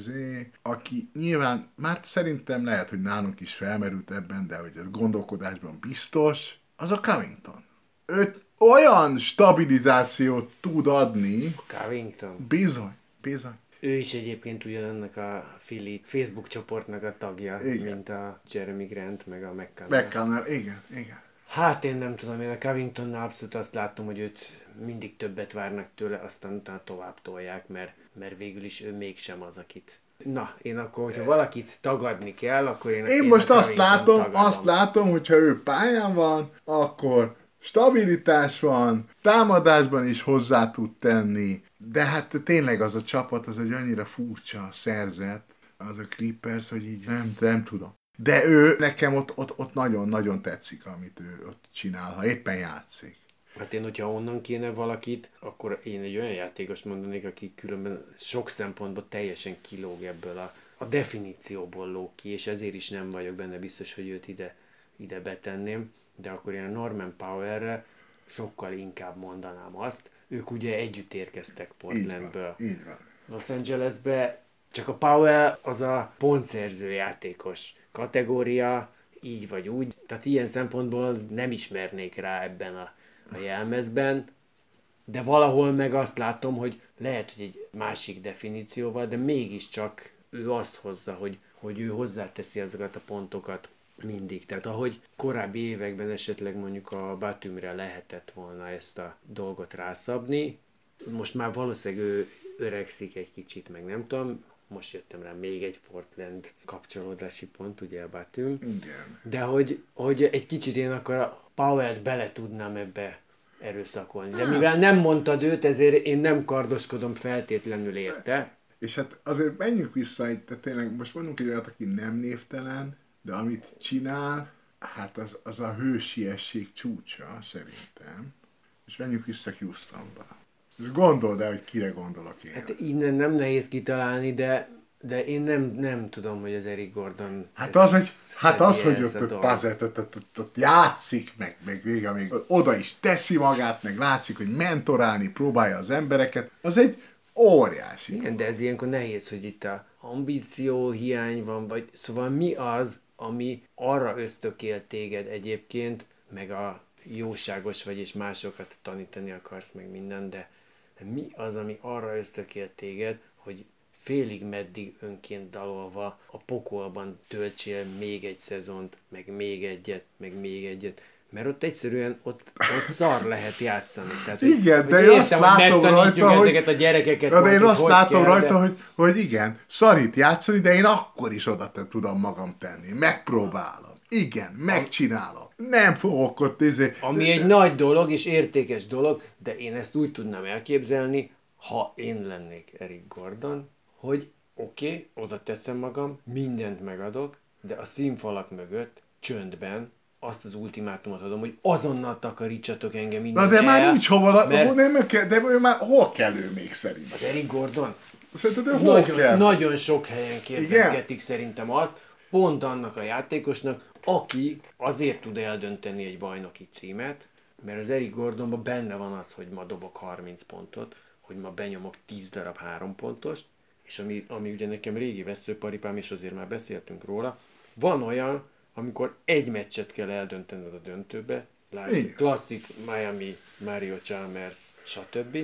aki nyilván, már szerintem lehet, hogy nálunk is felmerült ebben, de hogy a gondolkodásban biztos, az a Covington. Őt olyan stabilizációt tud adni. Covington. Bizony. Ő is egyébként ugyanennek a Philly Facebook csoportnak a tagja, igen, mint a Jeremy Grant, meg a McConnell, igen. Hát én nem tudom, én a Covingtonnál abszolút azt látom, hogy őt mindig többet várnak tőle, aztán utána tovább tolják, mert végül is ő mégsem az, akit... Na, én akkor, hogyha valakit tagadni kell, akkor én most azt látom, hogyha ő pályán van, akkor stabilitás van, támadásban is hozzá tud tenni, de hát tényleg az a csapat, az egy annyira furcsa szerzet, az a Clippers, hogy így nem tudom. De ő, nekem ott nagyon-nagyon tetszik, amit ő ott csinál, ha éppen játszik. Hát én, hogyha onnan kéne valakit, akkor én egy olyan játékos mondanék, aki különben sok szempontból teljesen kilóg ebből a definícióból lóg ki, és ezért is nem vagyok benne biztos, hogy őt ide betenném, de akkor én a Norman Powellre sokkal inkább mondanám azt. Ők ugye együtt érkeztek Portlandből. Így van. Los Angelesbe, csak a Powell az a pontszerző játékos kategória, így vagy úgy. Tehát ilyen szempontból nem ismernék rá ebben a jelmezben, de valahol meg azt látom, hogy lehet, hogy egy másik definícióval, de mégiscsak ő azt hozza, hogy ő hozzáteszi azokat a pontokat mindig. Tehát ahogy korábbi években esetleg mondjuk a Batumre lehetett volna ezt a dolgot rászabni, most már valószínűleg ő öregszik egy kicsit, meg nem tudom, most jöttem rá még egy Portland kapcsolódási pont, ugye a Batum. Igen. De hogy egy kicsit én akkor a Powell-t bele tudnám ebbe erőszakolni. De mivel nem mondtad őt, ezért én nem kardoskodom feltétlenül érte. És hát azért menjünk vissza, tehát tényleg most mondunk egy olyat, aki nem névtelen, de amit csinál, hát az a hősiesség csúcsa, szerintem. És menjünk vissza Houstonba. És gondold el, hogy kire gondolok én. Hát innen nem nehéz kitalálni, de én nem tudom, hogy az Eric Gordon... Hát az, hogy ott játszik, meg vége még oda is teszi magát, meg látszik, hogy mentorálni próbálja az embereket, az egy óriási. Igen, de ez ilyenkor nehéz, hogy itt a ambíció hiány van, vagy szóval mi az, ami arra ösztökél téged egyébként, meg a jóságos vagy, és másokat tanítani akarsz, meg minden, de mi az, ami arra ösztökél téged, hogy félig meddig önként dalolva a pokolban töltsél még egy szezont, meg még egyet, meg még egyet. Mert ott egyszerűen ott szar lehet játszani. Tehát, igen, de én azt látom rajta, hogy... ezeket a gyerekeket. De én azt látom rajta, de... hogy igen, szarít játszani, de én akkor is oda tudom magam tenni. Megpróbálom. Igen, megcsinálom. Nem fogok ott Ami egy nagy dolog és értékes dolog, de én ezt úgy tudnám elképzelni, ha én lennék Eric Gordon, hogy oké, oda teszem magam, mindent megadok, de a színfalak mögött, csöndben azt az ultimátumot adom, hogy azonnal takarítsatok engem minden. Na de már nincs hova, mert... de már hol kell ő még szerintem? Az Eric Gordon? Szerinted ő hol kell? Nagyon sok helyen kérdezgetik szerintem azt, pont annak a játékosnak, aki azért tud eldönteni egy bajnoki címet, mert az Eric Gordonban benne van az, hogy ma dobok 30 pontot, hogy ma benyomok 10 darab 3 pontost, és ami ugye nekem régi veszőparipám, és azért már beszéltünk róla, van olyan, amikor egy meccset kell eldöntened a döntőbe, klasszik Miami, Mario Chalmers, stb.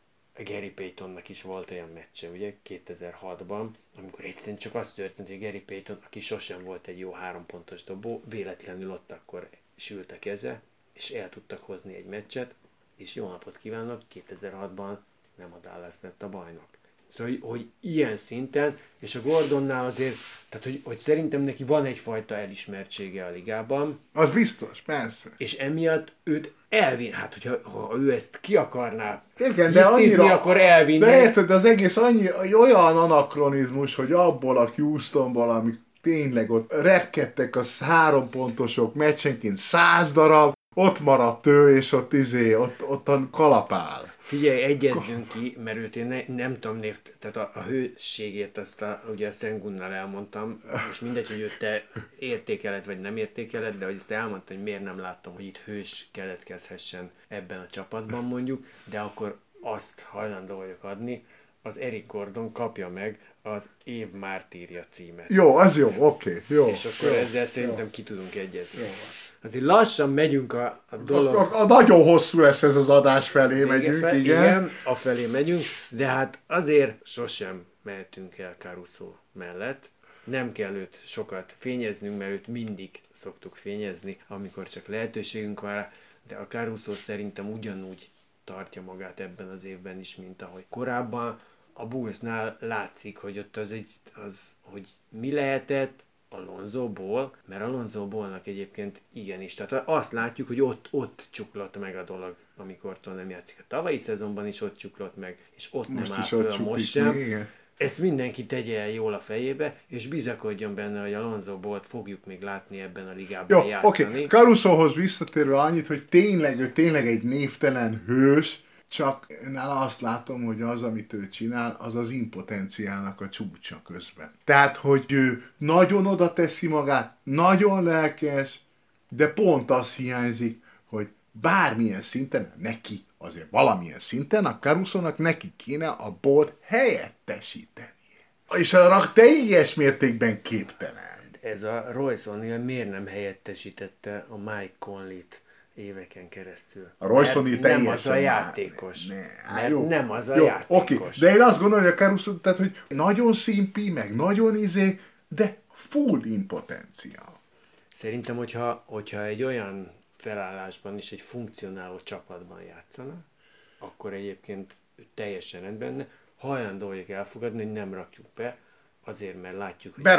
Gary Paytonnak is volt olyan meccse, ugye, 2006-ban, amikor egyszerűen csak az történt, hogy Gary Payton, aki sosem volt egy jó 3 pontos dobó, véletlenül ott akkor sült a keze, és el tudtak hozni egy meccset, és jó napot kívánok, 2006-ban nem a Dallas lett a bajnok. Szóval, hogy ilyen szinten, és a Gordonnál azért, tehát hogy szerintem neki van egyfajta elismertsége a ligában. Az biztos, persze. És emiatt őt hát hogyha ő ezt ki akarná annyira, akkor elvinni. De érted, az egész olyan anakronizmus, hogy abból a Houstonból, amik tényleg ott repkedtek a 3 pontosok, meccsenként 100 darab, ott maradt ő, és ott kalapál. Figyelj, egyezzünk ki, mert őt én nem tudom tehát a hőségét azt ugye a Sengunnal elmondtam, most mindegy, hogy őt te értékeled, vagy nem értékeled, de hogy ezt elmondtam, hogy miért nem láttam, hogy itt hős keletkezhessen ebben a csapatban mondjuk, de akkor azt hajlandó vagyok adni, az Eric Gordon kapja meg az év mártírja címet. Jó, az jó, oké, jó. És akkor jó, ezzel szerintem ki tudunk egyezni. Jó. Azért lassan megyünk a dolog. Nagyon hosszú lesz ez az adás felé megyünk, igen, afelé megyünk, de hát azért sosem mehetünk el Caruso mellett. Nem kell őt sokat fényeznünk, mert őt mindig szoktuk fényezni, amikor csak lehetőségünk van rá, de a Caruso szerintem ugyanúgy tartja magát ebben az évben is, mint ahogy korábban. A Bullsnál látszik, hogy ott hogy mi lehetett Alonso Ball, mert Alonso Ballnak egyébként igenis. Tehát azt látjuk, hogy ott csuklott meg a dolog, amikor nem játszik. A tavalyi szezonban is ott csuklott meg, és ott most nem áll föl most sem. Igen. Ezt mindenki tegye el jól a fejébe, és bizakodjon benne, hogy Alonso Ballt fogjuk még látni ebben a ligában játszani. Oké. Carusohoz visszatérve annyit, hogy tényleg egy névtelen hős, csak nála azt látom, hogy az, amit ő csinál, az az impotenciának a csúcsa közben. Tehát, hogy ő nagyon oda teszi magát, nagyon lelkes, de pont az hiányzik, hogy bármilyen szinten neki, azért valamilyen szinten a Carusónak neki kéne a Ballt helyettesítenie. És arra teljes mértékben képtelen. Ez a Royce O'Neal miért nem helyettesítette a Mike Conley-t éveken keresztül? A Royce O'Neal teljesen nem az a játékos. Nem az a játékos. Oké. De én azt gondolom, hogy a Caruso, tehát, hogy nagyon szimpi, meg nagyon de full impotencia. Szerintem, hogyha egy olyan felállásban és egy funkcionáló csapatban játszana, akkor egyébként teljesen rendben, hajlandó vagyok elfogadni, hogy nem rakjuk be, azért, mert látjuk, hogy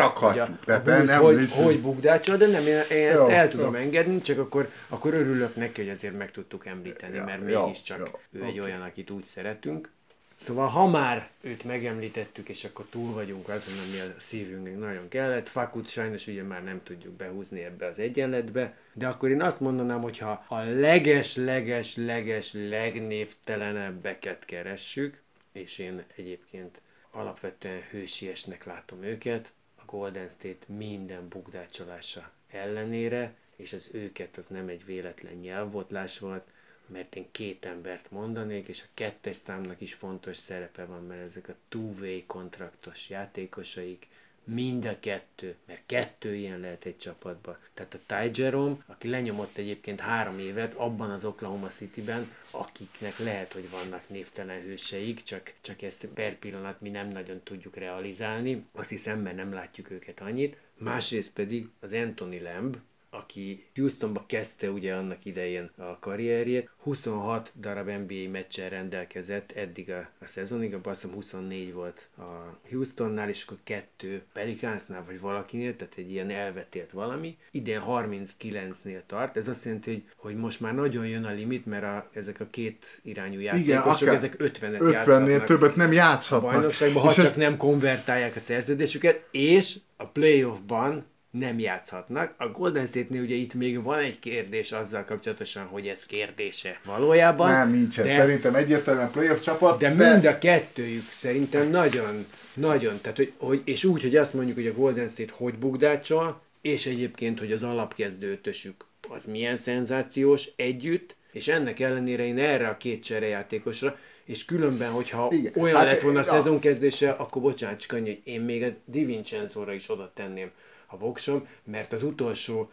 hogy bukdácsol, de nem, én ezt el tudom engedni, csak akkor örülök neki, hogy azért meg tudtuk említeni, mert mégiscsak ő egy olyan, akit úgy szeretünk. Szóval, ha már őt megemlítettük, és akkor túl vagyunk azon, ami a szívünknek nagyon kellett, Fakut sajnos ugye már nem tudjuk behúzni ebbe az egyenletbe, de akkor én azt mondanám, hogy ha a leges legnévtelenebbeket keressük, és én egyébként alapvetően hősiesnek látom őket, a Golden State minden bukdácsolása ellenére, és az őket az nem egy véletlen nyelvbotlás volt, mert én 2 embert mondanék, és a 2-es számnak is fontos szerepe van, mert ezek a two-way kontraktos játékosaik mind a kettő, mert 2 ilyen lehet egy csapatban. Tehát a Ty Jerome, aki lenyomott egyébként 3 évet abban az Oklahoma Cityben, akiknek lehet, hogy vannak névtelen hőseik, csak ezt per pillanat mi nem nagyon tudjuk realizálni, azt hiszem, mert nem látjuk őket annyit. Másrészt pedig az Anthony Lamb, aki Houstonba kezdte ugye annak idején a karrierjét, 26 darab NBA meccsen rendelkezett eddig a szezonig, abban azt hiszem 24 volt a Houstonnál, és akkor 2 Pelicansnál vagy valakinél, tehát egy ilyen elvetélt valami. Idén 39-nél tart, ez azt jelenti, hogy most már nagyon jön a limit, mert ezek a 2 irányú játékosok, ezek 50-et játszhatnak. 50-nél többet nem játszhatnak. A bajnokságban, ha csak nem konvertálják a szerződésüket, és a playoffban nem játszhatnak. A Golden State-nél ugye itt még van egy kérdés azzal kapcsolatosan, hogy ez kérdése valójában. Nem, nincsen. Szerintem egyértelműen playoff csapat. De mind a kettőjük szerintem nagyon, tehát és úgy, hogy azt mondjuk, hogy a Golden State hogy bukdácsol, és egyébként, hogy az alapkezdő ötösük az milyen szenzációs együtt, és ennek ellenére én erre a 2 cserejátékosra, és különben, hogyha igen, olyan lett volna a szezonkezdése, akkor bocsánat, csak annyi, hogy én még a DiVincenzo-ra is oda tenném a voksom, mert az utolsó,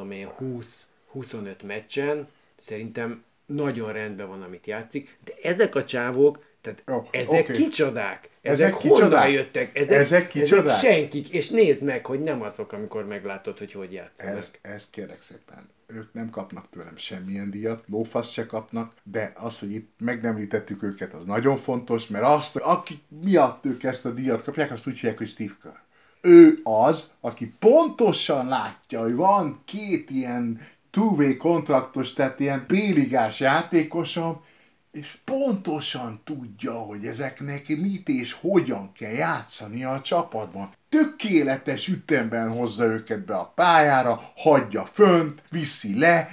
20-25 meccsen szerintem nagyon rendben van, amit játszik, de ezek a csávók, tehát ezek kicsodák, ezek honnan jöttek, ezek senkik, és nézd meg, hogy nem azok, amikor meglátod, hogy játszanak. Ez kérlek szépen. Ők nem kapnak tőlem semmilyen díjat, lófasz se kapnak, de az, hogy itt megnemlítettük őket, az nagyon fontos, mert azt, akik miatt ők ezt a díjat kapják, azt úgy hívják, hogy Steve Kerr. Ő az, aki pontosan látja, hogy van 2 ilyen two-way kontraktos, tehát ilyen B-ligás játékosom, és pontosan tudja, hogy ezeknek mit és hogyan kell játszani a csapatban. Tökéletes ütemben hozza őket be a pályára, hagyja fönt, viszi le,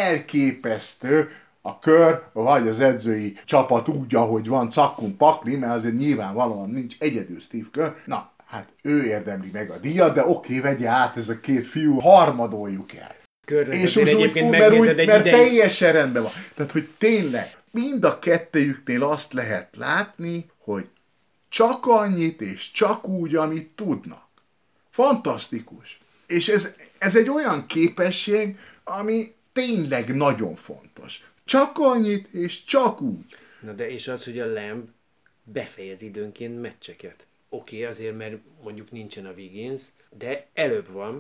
elképesztő. A Kör, vagy az edzői csapat úgy, ahogy van, cakkun pakli, mert azért nyilvánvalóan nincs egyedül Steve Kerr. Na, hát ő érdemli meg a díjat, de oké, vegye át ez a 2 fiú, harmadoljuk el. Körnek és úgy, mert teljesen rendben van. Tehát, hogy tényleg mind a kettejüknél azt lehet látni, hogy csak annyit és csak úgy, amit tudnak. Fantasztikus. És ez egy olyan képesség, ami tényleg nagyon fontos. Csak annyit és csak úgy. Na de és az, hogy a Lamb befejez időnként meccseket. Oké, azért, mert mondjuk nincsen a Wiggins, de előbb van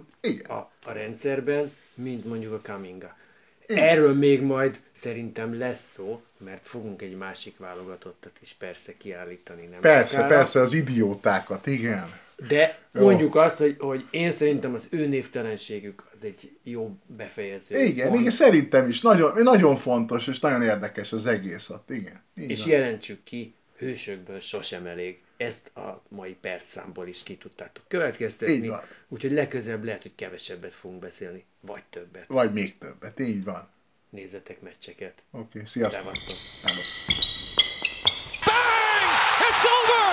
a rendszerben, mint mondjuk a Kuminga. Erről még majd szerintem lesz szó, mert fogunk egy másik válogatottat is persze kiállítani. Nem persze, az idiótákat, igen. De mondjuk azt, hogy én szerintem az ő névtelenségük az egy jó befejező. Igen, szerintem is. Nagyon, nagyon fontos és nagyon érdekes az egész ott, igen. És jelentsük ki, hősökből sosem elég. Ezt a mai percszámból is ki tudtátok következtetni. Úgyhogy legközelebb lehet, hogy kevesebbet fogunk beszélni, vagy többet. Vagy még többet, így van. Nézzetek meccseket. Oké, sziasztok. Szevasztok. Bang! It's over!